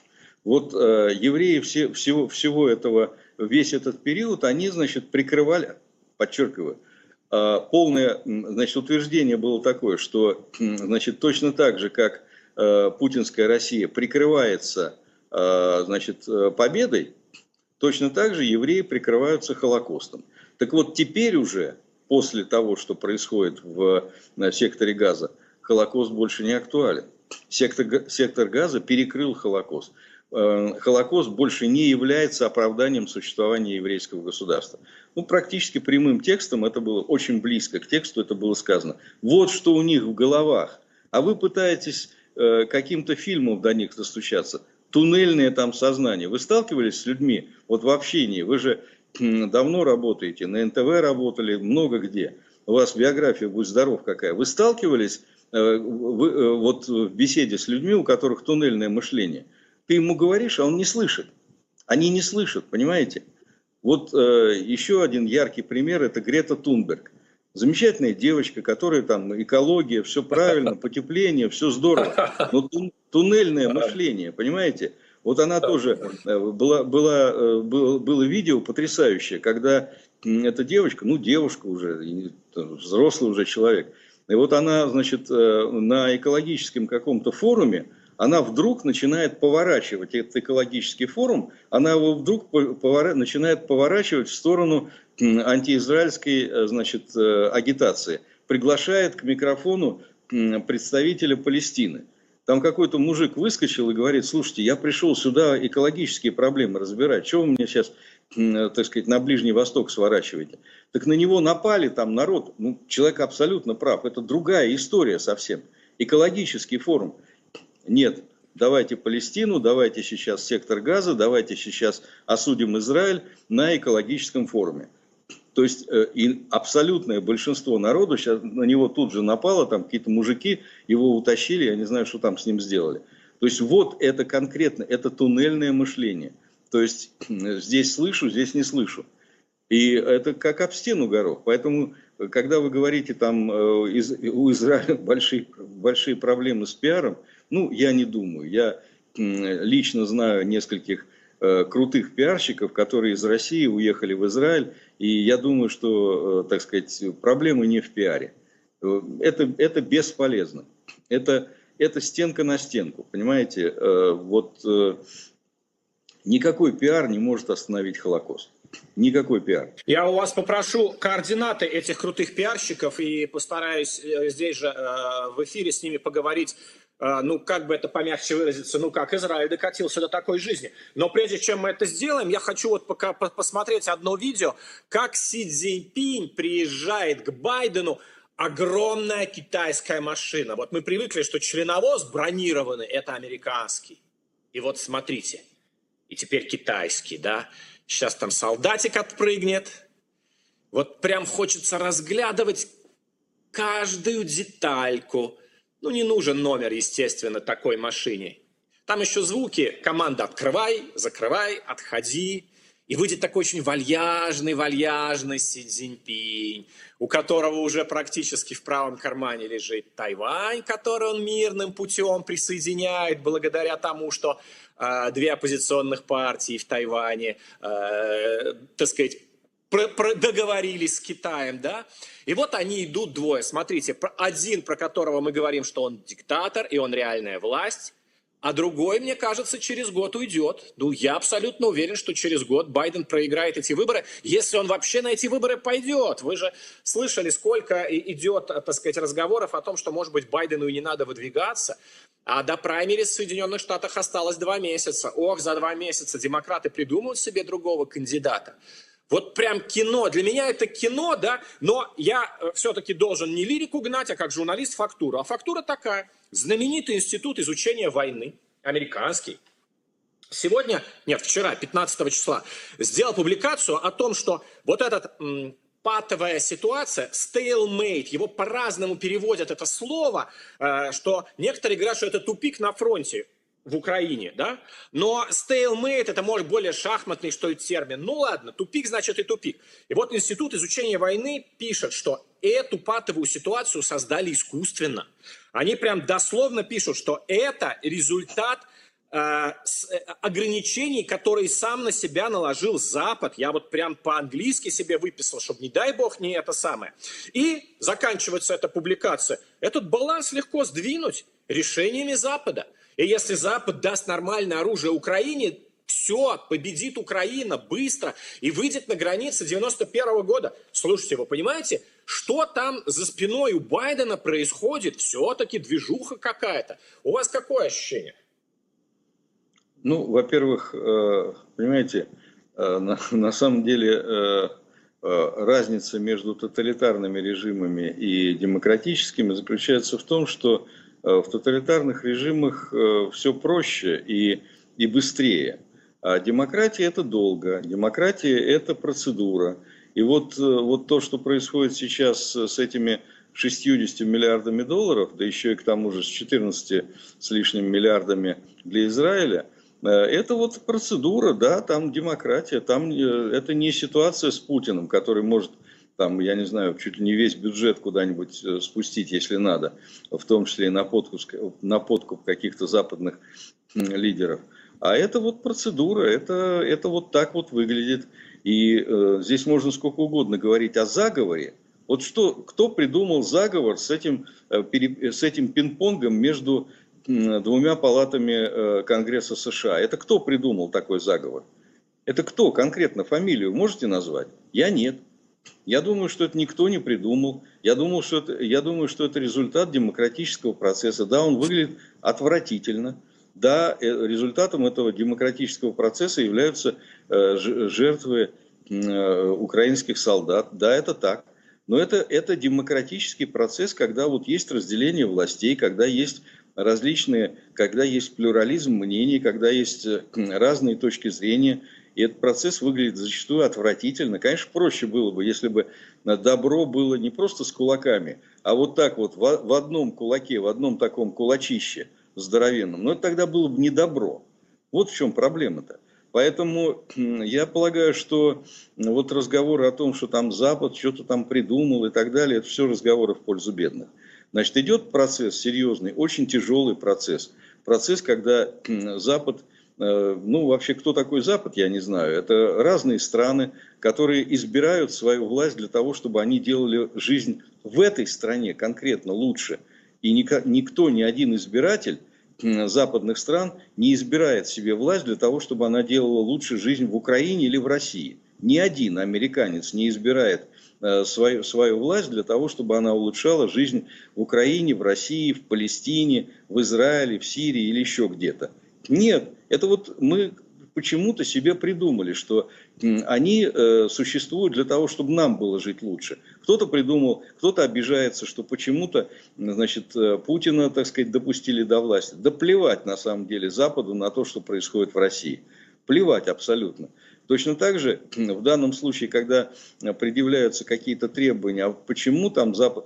Вот э, евреи все, всего, всего этого, весь этот период, они, значит, прикрывали, подчеркиваю, э, полное, значит, утверждение было такое, что, значит, точно так же, как э, путинская Россия прикрывается, э, значит, победой, точно так же евреи прикрываются Холокостом. Так вот, теперь уже, после того, что происходит в, в секторе Газа, Холокост больше не актуален. Сектор, сектор Газа перекрыл Холокост. Холокост больше не является оправданием существования еврейского государства. Ну, практически прямым текстом, это было очень близко к тексту, это было сказано. Вот что у них в головах. А вы пытаетесь э, каким-то фильмом до них достучаться. Туннельное там сознание. Вы сталкивались с людьми вот в общении? Вы же э, давно работаете, на эн тэ вэ работали, много где. У вас биография, будь здоров какая. Вы сталкивались э, вы, э, вот в беседе с людьми, у которых туннельное мышление? Ты ему говоришь, а он не слышит. Они не слышат, понимаете? Вот э, еще один яркий пример – это Грета Тунберг. Замечательная девочка, которая там экология, все правильно, потепление, все здорово. Но тун, туннельное мышление, понимаете? Вот она тоже, была, была, было, было видео потрясающее, когда эта девочка, ну девушка уже, взрослый уже человек, и вот она, значит, на экологическом каком-то форуме, она вдруг начинает поворачивать этот экологический форум, она его вдруг повора... начинает поворачивать в сторону антиизраильской, значит, агитации. Приглашает к микрофону представителя Палестины. Там какой-то мужик выскочил и говорит: слушайте, я пришел сюда экологические проблемы разбирать, чего вы мне сейчас, так сказать, на Ближний Восток сворачиваете? Так на него напали там народ, ну, человек абсолютно прав, это другая история совсем, экологический форум. Нет, давайте Палестину, давайте сейчас сектор Газа, давайте сейчас осудим Израиль на экологическом форуме. То есть и абсолютное большинство народу сейчас на него тут же напало, там какие-то мужики его утащили, я не знаю, что там с ним сделали. То есть вот это конкретно, это туннельное мышление. То есть здесь слышу, здесь не слышу. И это как об стену горох. Поэтому, когда вы говорите, там из, у Израиля большие, большие проблемы с пиаром, ну, я не думаю. Я лично знаю нескольких крутых пиарщиков, которые из России уехали в Израиль, и я думаю, что, так сказать, проблемы не в пиаре. Это, это бесполезно. Это, это стенка на стенку, понимаете? Вот никакой пиар не может остановить Холокост. Никакой пиар. Я у вас попрошу координаты этих крутых пиарщиков и постараюсь здесь же в эфире с ними поговорить. Ну, как бы это помягче выразиться, ну, как Израиль докатился до такой жизни. Но прежде чем мы это сделаем, я хочу вот пока посмотреть одно видео, как Си Цзиньпинь приезжает к Байдену, огромная китайская машина. Вот мы привыкли, что членовоз бронированный, это американский. И вот смотрите, и теперь китайский, да. Сейчас там солдатик отпрыгнет. Вот прям хочется разглядывать каждую детальку. Ну, не нужен номер, естественно, такой машине. Там еще звуки. Команда «открывай», «закрывай», «отходи». И выйдет такой очень вальяжный, вальяжный Си Цзиньпинь, у которого уже практически в правом кармане лежит Тайвань, который он мирным путем присоединяет благодаря тому, что э, две оппозиционных партии в Тайване, э, так сказать, Про, про, договорились с Китаем, да? И вот они идут двое. Смотрите, один, про которого мы говорим, что он диктатор, и он реальная власть, а другой, мне кажется, через год уйдет. Ну, я абсолютно уверен, что через год Байден проиграет эти выборы, если он вообще на эти выборы пойдет. Вы же слышали, сколько идет, так сказать, разговоров о том, что, может быть, Байдену и не надо выдвигаться. А до праймериз в Соединенных Штатах осталось два месяца. Ох, за два месяца демократы придумают себе другого кандидата. Вот прям кино. Для меня это кино, да, но я все-таки должен не лирику гнать, а как журналист фактуру. А фактура такая. Знаменитый институт изучения войны, американский, сегодня, нет, вчера, пятнадцатого числа, сделал публикацию о том, что вот эта м, патовая ситуация, stalemate, его по-разному переводят это слово, э, что некоторые говорят, что это тупик на фронте в Украине, да? Но stalemate это может более шахматный, что ли, термин. Ну ладно, тупик значит и тупик. И вот Институт изучения войны пишет, что эту патовую ситуацию создали искусственно. Они прям дословно пишут, что это результат э, с, э, ограничений, которые сам на себя наложил Запад. Я вот прям по-английски себе выписал, чтобы, не дай бог, не это самое. И заканчивается эта публикация. Этот баланс легко сдвинуть решениями Запада. И если Запад даст нормальное оружие Украине, все, победит Украина быстро и выйдет на границы девяносто первого года. Слушайте, вы понимаете, что там за спиной у Байдена происходит? Все-таки движуха какая-то. У вас какое ощущение? Ну, во-первых, понимаете, на, на самом деле разница между тоталитарными режимами и демократическими заключается в том, что в тоталитарных режимах все проще и, и быстрее. А демократия – это долго, демократия – это процедура. И вот, вот то, что происходит сейчас с этими шестьюдесятью миллиардами долларов, да еще и к тому же с четырнадцатью с лишним миллиардами для Израиля, это вот процедура, да, там демократия, там это не ситуация с Путиным, который может, там, я не знаю, чуть ли не весь бюджет куда-нибудь спустить, если надо, в том числе и на подкуп, на подкуп каких-то западных лидеров. А это вот процедура, это, это вот так вот выглядит. И э, здесь можно сколько угодно говорить о заговоре. Вот что, кто придумал заговор с этим, э, пере, с этим пинг-понгом между э, двумя палатами э, Конгресса США? Это кто придумал такой заговор? Это кто конкретно, фамилию можете назвать? Я нет. Я думаю, что это никто не придумал. Я думаю, что это, я думаю, что это результат демократического процесса. Да, он выглядит отвратительно. Да, результатом этого демократического процесса являются жертвы украинских солдат. Да, это так. Но это, это демократический процесс, когда вот есть разделение властей, когда есть различные, когда есть плюрализм мнений, когда есть разные точки зрения. И этот процесс выглядит зачастую отвратительно. Конечно, проще было бы, если бы добро было не просто с кулаками, а вот так вот в одном кулаке, в одном таком кулачище здоровенном. Но это тогда было бы не добро. Вот в чем проблема-то. Поэтому я полагаю, что вот разговоры о том, что там Запад что-то там придумал и так далее, это все разговоры в пользу бедных. Значит, идет процесс серьезный, очень тяжелый процесс. Процесс, когда Запад, ну вообще кто такой Запад, я не знаю. Это разные страны, которые избирают свою власть для того, чтобы они делали жизнь в этой стране конкретно лучше. И никто, ни один избиратель западных стран не избирает себе власть для того, чтобы она делала лучше жизнь в Украине или в России. Ни один американец не избирает свою, свою власть для того, чтобы она улучшала жизнь в Украине, в России, в Палестине, в Израиле, в Сирии или еще где-то. Нет, это вот мы почему-то себе придумали, что они э, существуют для того, чтобы нам было жить лучше. Кто-то придумал, кто-то обижается, что почему-то, значит, Путина, так сказать, допустили до власти. Да плевать на самом деле Западу на то, что происходит в России. Плевать абсолютно. Точно так же в данном случае, когда предъявляются какие-то требования, а почему там Запад...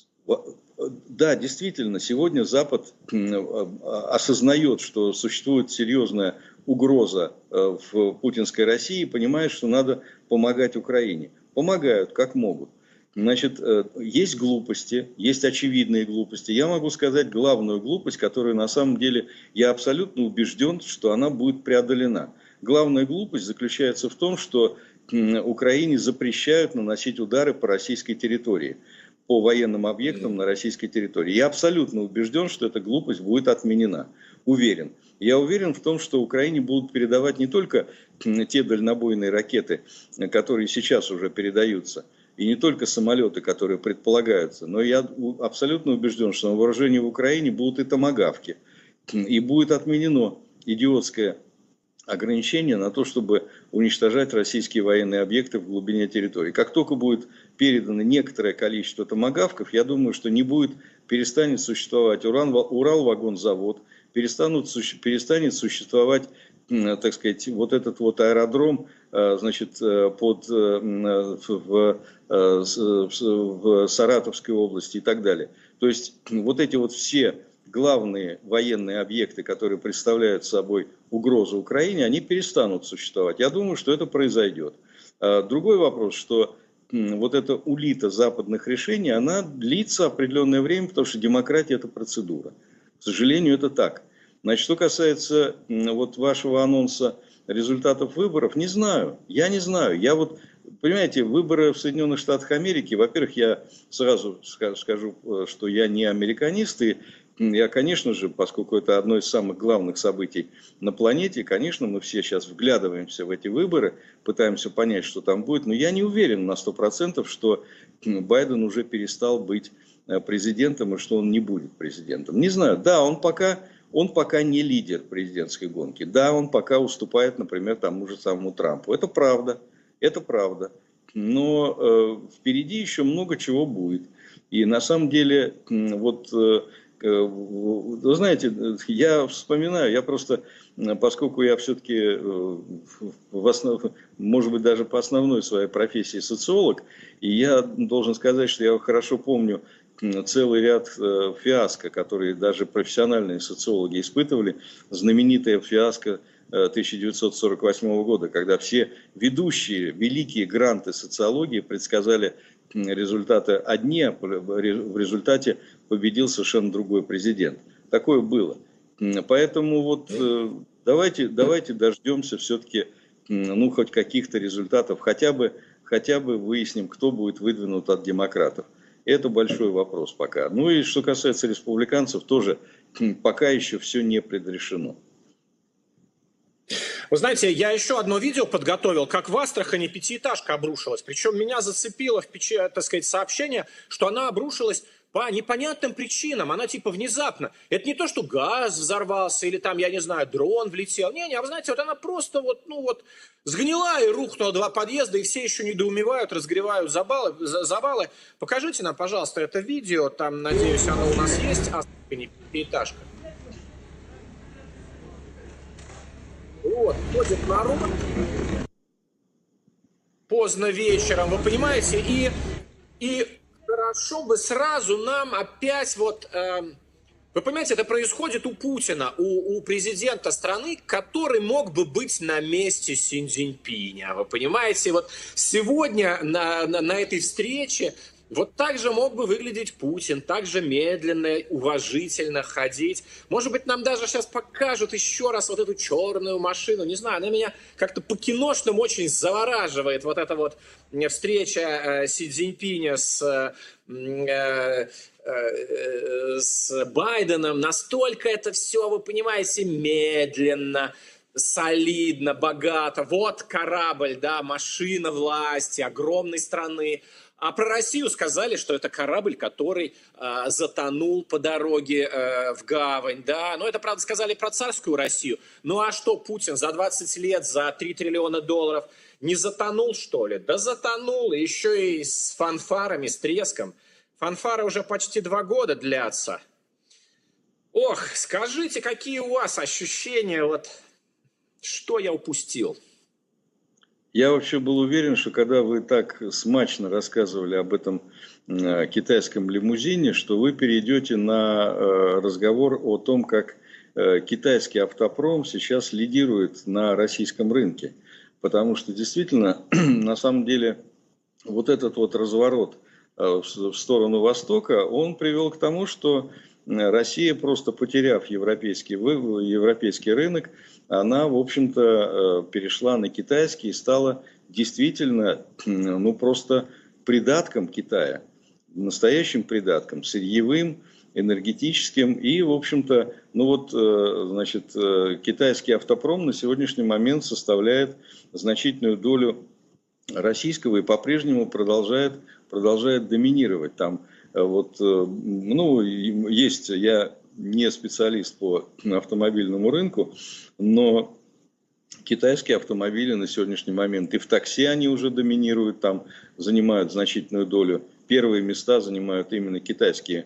Да, действительно, сегодня Запад осознает, что существует серьезная угроза в путинской России, и понимает, что надо помогать Украине. Помогают, как могут. Значит, есть глупости, есть очевидные глупости. Я могу сказать главную глупость, которую на самом деле я абсолютно убежден, что она будет преодолена. Главная глупость заключается в том, что Украине запрещают наносить удары по российской территории, по военным объектам на российской территории. Я абсолютно убежден, что эта глупость будет отменена. Уверен. Я уверен в том, что Украине будут передавать не только те дальнобойные ракеты, которые сейчас уже передаются, и не только самолеты, которые предполагаются, но я абсолютно убежден, что на вооружении в Украине будут и томагавки. И будет отменено идиотское ограничение на то, чтобы уничтожать российские военные объекты в глубине территории. Как только будет передано некоторое количество томагавков, я думаю, что не будет, перестанет существовать Уралвагонзавод, перестанут, перестанет существовать, так сказать, вот этот вот аэродром, значит, под, в, в Саратовской области и так далее. То есть вот эти вот все главные военные объекты, которые представляют собой угрозу Украине, они перестанут существовать. Я думаю, что это произойдет. Другой вопрос, что вот эта улита западных решений, она длится определенное время, потому что демократия – это процедура. К сожалению, это так. Значит, что касается вот вашего анонса результатов выборов, не знаю. Я не знаю. Я вот, понимаете, выборы в Соединенных Штатах Америки, во-первых, я сразу скажу, что я не американист, и я, конечно же, поскольку это одно из самых главных событий на планете, конечно, мы все сейчас вглядываемся в эти выборы, пытаемся понять, что там будет, но я не уверен на сто процентов, что Байден уже перестал быть президентом и что он не будет президентом. Не знаю, да, он пока, он пока не лидер президентской гонки, да, он пока уступает, например, тому же самому Трампу. Это правда, это правда, но э, впереди еще много чего будет. И на самом деле, вот... Э, Вы знаете, я вспоминаю, я просто, поскольку я все-таки, в основ... может быть, даже по основной своей профессии социолог, и я должен сказать, что я хорошо помню целый ряд фиаско, которые даже профессиональные социологи испытывали, знаменитая фиаско тысяча девятьсот сорок восьмого года, когда все ведущие великие гранты социологии предсказали результаты одни, а в результате победил совершенно другой президент. Такое было. Поэтому вот давайте, давайте дождемся все-таки, ну, хоть каких-то результатов, хотя бы, хотя бы выясним, кто будет выдвинут от демократов. Это большой вопрос пока. Ну и что касается республиканцев, тоже пока еще все не предрешено. Вы знаете, я еще одно видео подготовил, как в Астрахани пятиэтажка обрушилась. Причем меня зацепило, в печи, так сказать, сообщение, что она обрушилась по непонятным причинам. Она типа внезапно. Это не то, что газ взорвался или там, я не знаю, дрон влетел. Не, не, а вы знаете, вот она просто вот, ну вот, сгнила и рухнула два подъезда, и все еще недоумевают, разгревают завалы. завалы. Покажите нам, пожалуйста, это видео. Там, надеюсь, оно у нас есть. Астрахани пятиэтажка. Вот, ходит народ поздно вечером, вы понимаете, и, и хорошо бы сразу нам опять вот... Э, вы понимаете, это происходит у Путина, у, у президента страны, который мог бы быть на месте Си Цзиньпиня. Вы понимаете, вот сегодня на, на, на этой встрече вот так же мог бы выглядеть Путин, так же медленно, уважительно ходить. Может быть, нам даже сейчас покажут еще раз вот эту черную машину. Не знаю, она меня как-то по-киношному очень завораживает. Вот эта вот встреча э, Си Цзиньпиня с... Э, с Байденом, настолько это все, вы понимаете, медленно, солидно, богато. Вот корабль, да, машина власти, огромной страны. А про Россию сказали, что это корабль, который э, затонул по дороге э, в гавань, да. Но это, правда, сказали про царскую Россию. Ну а что, Путин за двадцать лет, за три триллиона долларов не затонул, что ли? Да затонул, еще и с фанфарами, с треском. Фанфары уже почти два года длятся. Ох, скажите, какие у вас ощущения, вот что я упустил? Я вообще был уверен, что когда вы так смачно рассказывали об этом э, китайском лимузине, что вы перейдете на э, разговор о том, как э, китайский автопром сейчас лидирует на российском рынке. Потому что действительно, на самом деле, вот этот вот разворот в сторону Востока, он привел к тому, что Россия, просто потеряв европейский, европейский рынок, она, в общем-то, перешла на китайский и стала действительно, ну, просто придатком Китая, настоящим придатком, сырьевым, энергетическим. И, в общем-то, ну вот, значит, китайский автопром на сегодняшний момент составляет значительную долю российского и по-прежнему продолжает, продолжает доминировать. Там вот, ну, есть, я не специалист по автомобильному рынку, но китайские автомобили на сегодняшний момент и в такси они уже доминируют, там занимают значительную долю. Первые места занимают именно китайские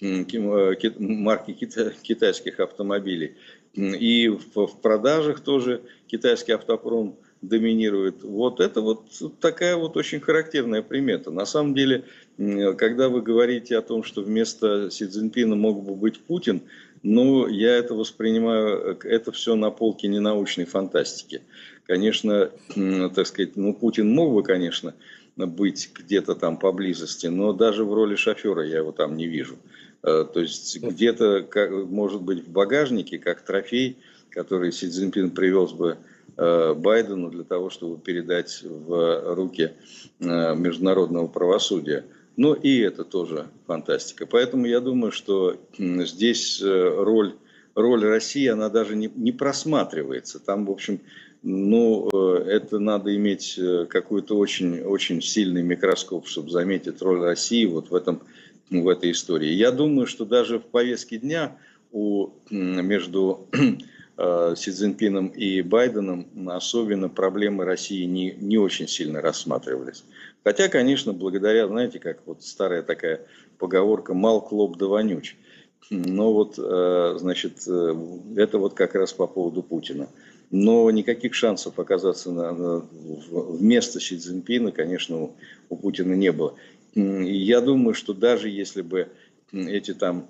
марки китайских автомобилей. И в продажах тоже китайский автопром доминирует. Вот это вот такая вот очень характерная примета. На самом деле, когда вы говорите о том, что вместо Си Цзиньпина мог бы быть Путин, ну, я это воспринимаю, это все на полке ненаучной фантастики. Конечно, так сказать, ну, Путин мог бы, конечно, быть где-то там поблизости, но даже в роли шофера я его там не вижу. То есть где-то, может быть, в багажнике, как трофей, который Си Цзиньпин привез бы Байдену для того, чтобы передать в руки международного правосудия. Но и это тоже фантастика. Поэтому я думаю, что здесь роль, роль России, она даже не, не просматривается. Там, в общем, ну, это надо иметь какой-то очень, очень сильный микроскоп, чтобы заметить роль России вот в, этом, в этой истории. Я думаю, что даже в повестке дня у, между Си Цзиньпином и Байденом особенно проблемы России не, не очень сильно рассматривались. Хотя, конечно, благодаря, знаете, как вот старая такая поговорка «мал клоп да вонюч». Но вот, значит, это вот как раз по поводу Путина. Но никаких шансов оказаться на, на, вместо Си Цзиньпина, конечно, у, у Путина не было. И я думаю, что даже если бы эти там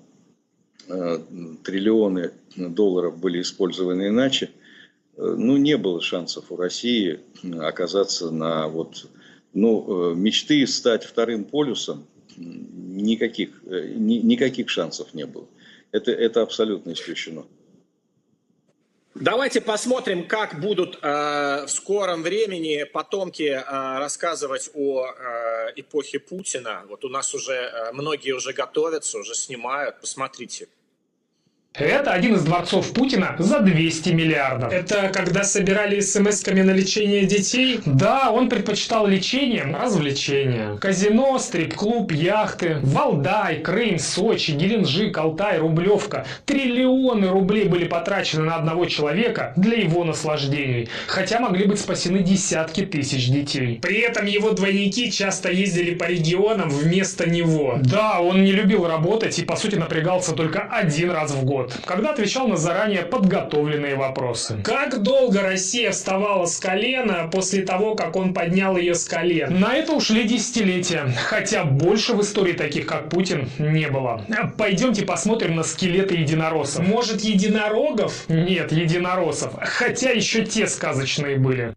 триллионы долларов были использованы иначе, ну, не было шансов у России оказаться на вот, ну, мечты стать вторым полюсом, никаких, ни, никаких шансов не было. Это, это абсолютно исключено. Давайте посмотрим, как будут э, в скором времени потомки э, рассказывать о э, эпохе Путина. Вот у нас уже э, многие уже готовятся, уже снимают. Посмотрите. Это один из дворцов Путина за двести миллиардов. Это когда собирали смс-ками на лечение детей? Да, он предпочитал лечением развлечения. Казино, стрип-клуб, яхты, Валдай, Крым, Сочи, Геленджик, Алтай, Рублевка. Триллионы рублей были потрачены на одного человека для его наслаждений. Хотя могли быть спасены десятки тысяч детей. При этом его двойники часто ездили по регионам вместо него. Да, он не любил работать и, по сути, напрягался только один раз в год. год, когда отвечал на заранее подготовленные вопросы. Как долго Россия вставала с колена после того, как он поднял ее с колен? На это ушли десятилетия, хотя больше в истории таких, как Путин, не было. Пойдемте посмотрим на скелеты единороссов. Может, единорогов? Нет, единороссов. Хотя еще те сказочные были.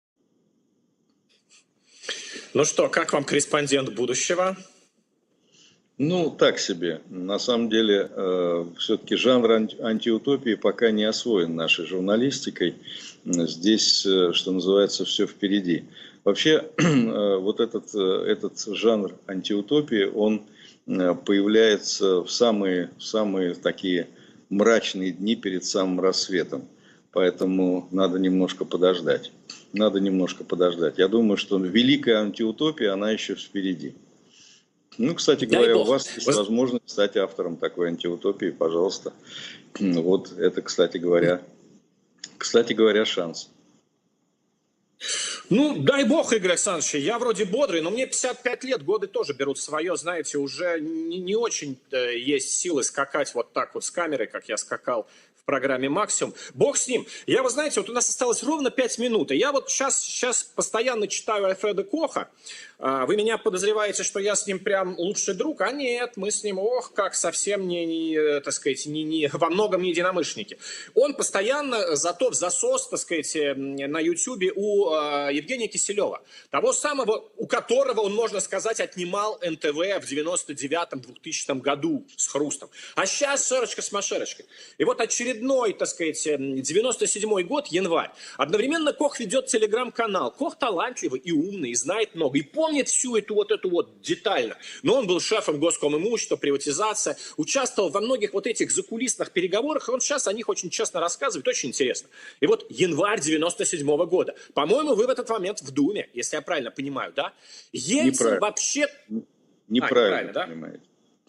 Ну что, как вам корреспондент будущего? Ну, так себе. На самом деле, э, все-таки жанр анти- антиутопии пока не освоен нашей журналистикой. Здесь, э, что называется, все впереди. Вообще, э, вот этот, э, этот жанр антиутопии, он э, появляется в самые, в самые такие мрачные дни перед самым рассветом. Поэтому надо немножко подождать. Надо немножко подождать. Я думаю, что великая антиутопия, она еще впереди. Ну, кстати говоря, у вас есть возможность стать автором такой антиутопии, пожалуйста. Вот это, кстати говоря, кстати говоря, шанс. Ну, дай бог, Игорь Александрович, я вроде бодрый, но мне пятьдесят пять лет, годы тоже берут свое, знаете, уже не, не очень есть силы скакать вот так вот с камерой, как я скакал в программе «Максимум». Бог с ним. Я, вы знаете, вот у нас осталось ровно пять минут, и я вот сейчас, сейчас постоянно читаю Альфреда Коха. Вы меня подозреваете, что я с ним прям лучший друг, а нет, мы с ним, ох, как совсем не, не так сказать, не, не, во многом не единомышленники. Он постоянно зато в засос, так сказать, на Ютьюбе у Евгения Киселева, того самого, у которого, он, можно сказать, отнимал эн тэ вэ в девяносто девятом — двухтысячном году с хрустом. А сейчас шерочка с машерочкой. И вот очередной, так сказать, девяносто седьмой год, январь. Одновременно Кох ведет телеграм-канал. Кох талантливый и умный, и знает много, и помнит всю эту вот эту вот детально. Но он был шефом Госкомимущества, приватизация, участвовал во многих вот этих закулисных переговорах, и он сейчас о них очень честно рассказывает, очень интересно. И вот январь девяносто седьмого года. По-моему, вы в этот момент в Думе, если я правильно понимаю, да? Ельцин вообще... Неправильно, а, неправильно, да? понимаете.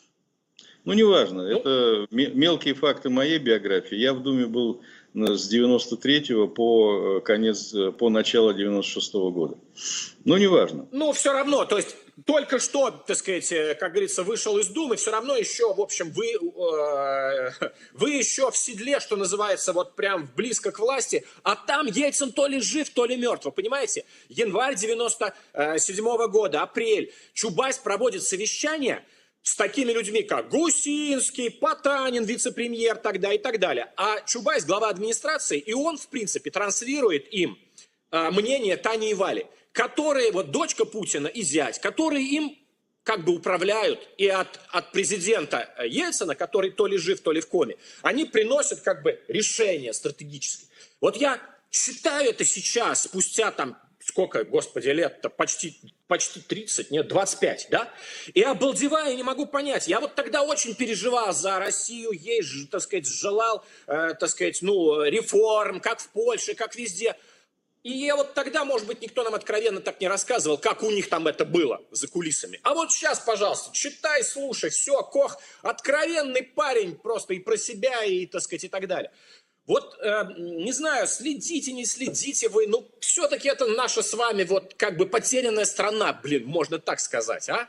Ну, неважно. Ну, это мелкие факты моей биографии. Я в Думе был с девяносто третьего по конец, по начало девяносто шестого года. Ну, неважно. Ну, все равно, то есть только что, так сказать, как говорится, вышел из Думы, все равно еще, в общем, вы, э, вы еще в седле, что называется, вот прям близко к власти, а там Ельцин то ли жив, то ли мертв, вы понимаете? Январь девяносто седьмого года, апрель, Чубайс проводит совещание с такими людьми, как Гусинский, Потанин, вице-премьер, тогда и так далее. А Чубайс глава администрации, и он, в принципе, транслирует им э, мнение Тани и Вали, которые, вот дочка Путина и зять, которые им как бы управляют, и от, от президента Ельцина, который то ли жив, то ли в коме, они приносят как бы решения стратегические. Вот я читаю это сейчас, спустя там, сколько, господи, лет-то, почти, почти тридцать, нет, двадцать пять, да? И обалдеваю, не могу понять. Я вот тогда очень переживал за Россию, ей, так сказать, желал, э, так сказать, ну, реформ, как в Польше, как везде. И я вот тогда, может быть, никто нам откровенно так не рассказывал, как у них там это было за кулисами. А вот сейчас, пожалуйста, читай, слушай, все, Кох, откровенный парень просто и про себя, и, так сказать, и так далее. Вот, э, не знаю, следите, не следите вы, ну, все-таки это наша с вами вот как бы потерянная страна, блин, можно так сказать, а?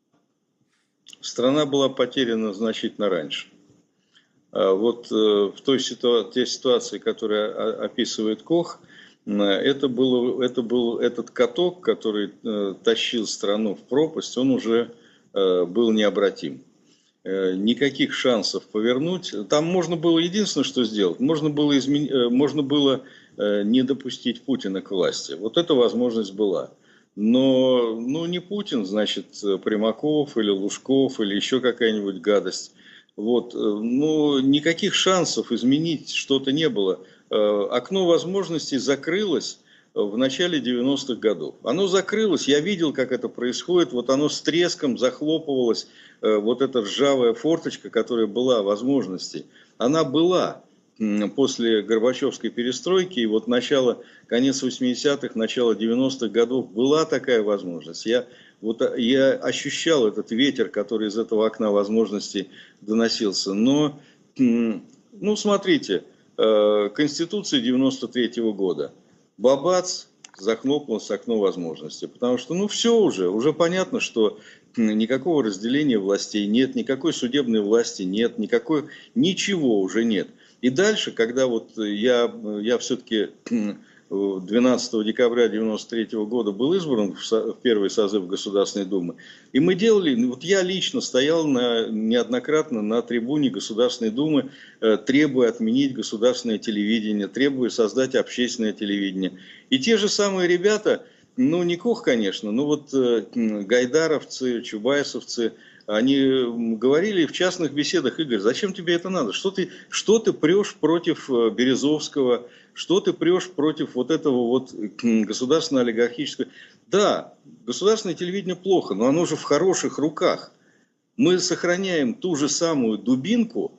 Страна была потеряна значительно раньше. А вот э, в той ситуа- те ситуации, которые описывает Кох, это, было, это был этот каток, который э, тащил страну в пропасть, он уже э, был необратим. Э, никаких шансов повернуть. Там можно было единственное, что сделать, можно было, измен... э, можно было э, не допустить Путина к власти. Вот эта возможность была. Но ну, не Путин, значит, Примаков или Лужков или еще какая-нибудь гадость. Вот. Ну, никаких шансов изменить что-то не было. Окно возможностей закрылось в начале девяностых годов. Оно закрылось, я видел, как это происходит, вот оно с треском захлопывалось, вот эта ржавая форточка, которая была возможностей, она была после Горбачевской перестройки, и вот начало, конец восьмидесятых, начало девяностых годов была такая возможность. Я, вот, я ощущал этот ветер, который из этого окна возможностей доносился. Но, ну, смотрите, Конституция девяносто третьего года. Бабац, захлопнулось окно возможностей. Потому что, ну, все уже, уже понятно, что никакого разделения властей нет, никакой судебной власти нет, никакой, ничего уже нет. И дальше, когда вот я, я все-таки двенадцатого декабря девяносто третьего года был избран в первый созыв Государственной Думы, и мы делали, вот я лично стоял на, неоднократно на трибуне Государственной Думы, требуя отменить государственное телевидение, требуя создать общественное телевидение. И те же самые ребята, ну не Кох, конечно, но вот гайдаровцы, чубайсовцы, они говорили в частных беседах: Игорь, зачем тебе это надо? Что ты, что ты прешь против Березовского? Что ты прешь против вот этого вот государственного олигархического? Да, государственное телевидение плохо, но оно же в хороших руках. Мы сохраняем ту же самую дубинку,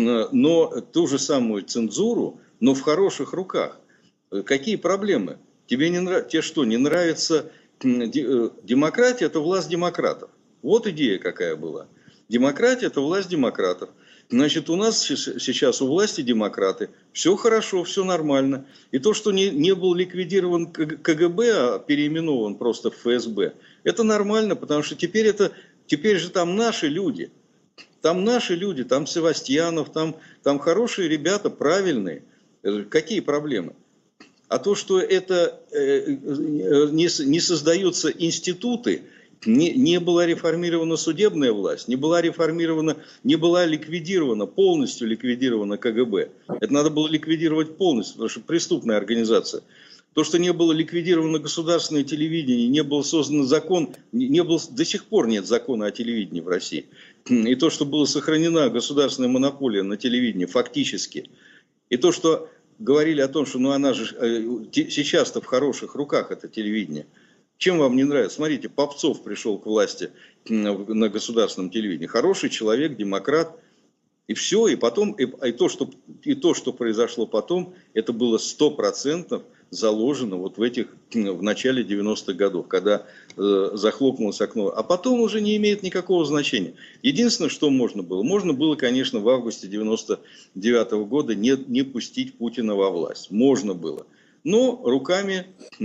но ту же самую цензуру, но в хороших руках. Какие проблемы? Тебе не нравится? Тебе что, не нравится демократия? Это власть демократов. Вот идея какая была. Демократия – это власть демократов. Значит, у нас сейчас у власти демократы. Все хорошо, все нормально. И то, что не, не был ликвидирован КГБ, а переименован просто в ФСБ, это нормально, потому что теперь, это, теперь же там наши люди. Там наши люди, там Севастьянов, там, там хорошие ребята, правильные. Какие проблемы? А то, что это э, не, не создаются институты, Не, не была реформирована судебная власть, не была реформирована, не была ликвидирована, полностью ликвидирована КГБ. Это надо было ликвидировать полностью, потому что преступная организация. То, что не было ликвидировано государственное телевидение, не был создан закон, не был, до сих пор нет закона о телевидении в России. И то, что была сохранена государственная монополия на телевидении фактически. И то, что говорили о том, что ну, она же сейчас-то в хороших руках, это телевидение. Чем вам не нравится? Смотрите, Попцов пришел к власти на государственном телевидении. Хороший человек, демократ. И все. И потом, и, и, то, что, и то, что произошло потом, это было сто процентов заложено вот в этих, в начале девяностых годов, когда э, захлопнулось окно. А потом уже не имеет никакого значения. Единственное, что можно было, можно было, конечно, в августе девяносто девятого года не, не пустить Путина во власть. Можно было. Но руками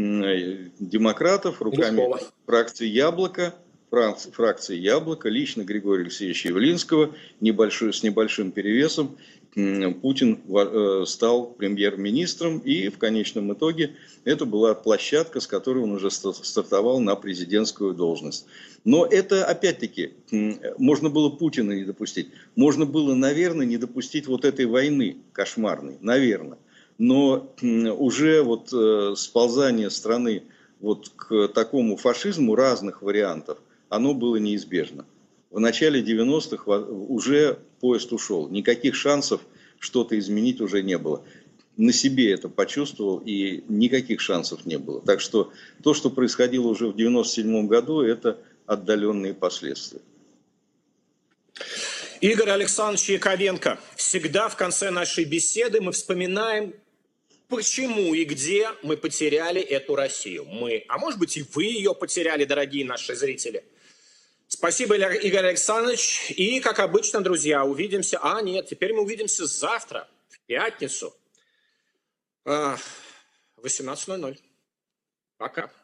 демократов, руками фракции «Яблоко», фракции «Яблоко», лично Григория Алексеевича Явлинского, небольшой, с небольшим перевесом, Путин стал премьер-министром, и в конечном итоге это была площадка, с которой он уже стартовал на президентскую должность. Но это, опять-таки, можно было Путина не допустить. Можно было, наверное, не допустить вот этой войны кошмарной, наверное. Но уже вот э, сползание страны вот к такому фашизму разных вариантов, оно было неизбежно. В начале девяностых уже поезд ушел. Никаких шансов что-то изменить уже не было. На себе это почувствовал, и никаких шансов не было. Так что то, что происходило уже в девяносто седьмом году, это отдаленные последствия. Игорь Александрович Яковенко. Всегда в конце нашей беседы мы вспоминаем, почему и где мы потеряли эту Россию. Мы, а может быть и вы ее потеряли, дорогие наши зрители. Спасибо, Игорь Александрович. И, как обычно, друзья, увидимся... А, нет, теперь мы увидимся завтра, в пятницу, в восемнадцать ноль ноль. Пока.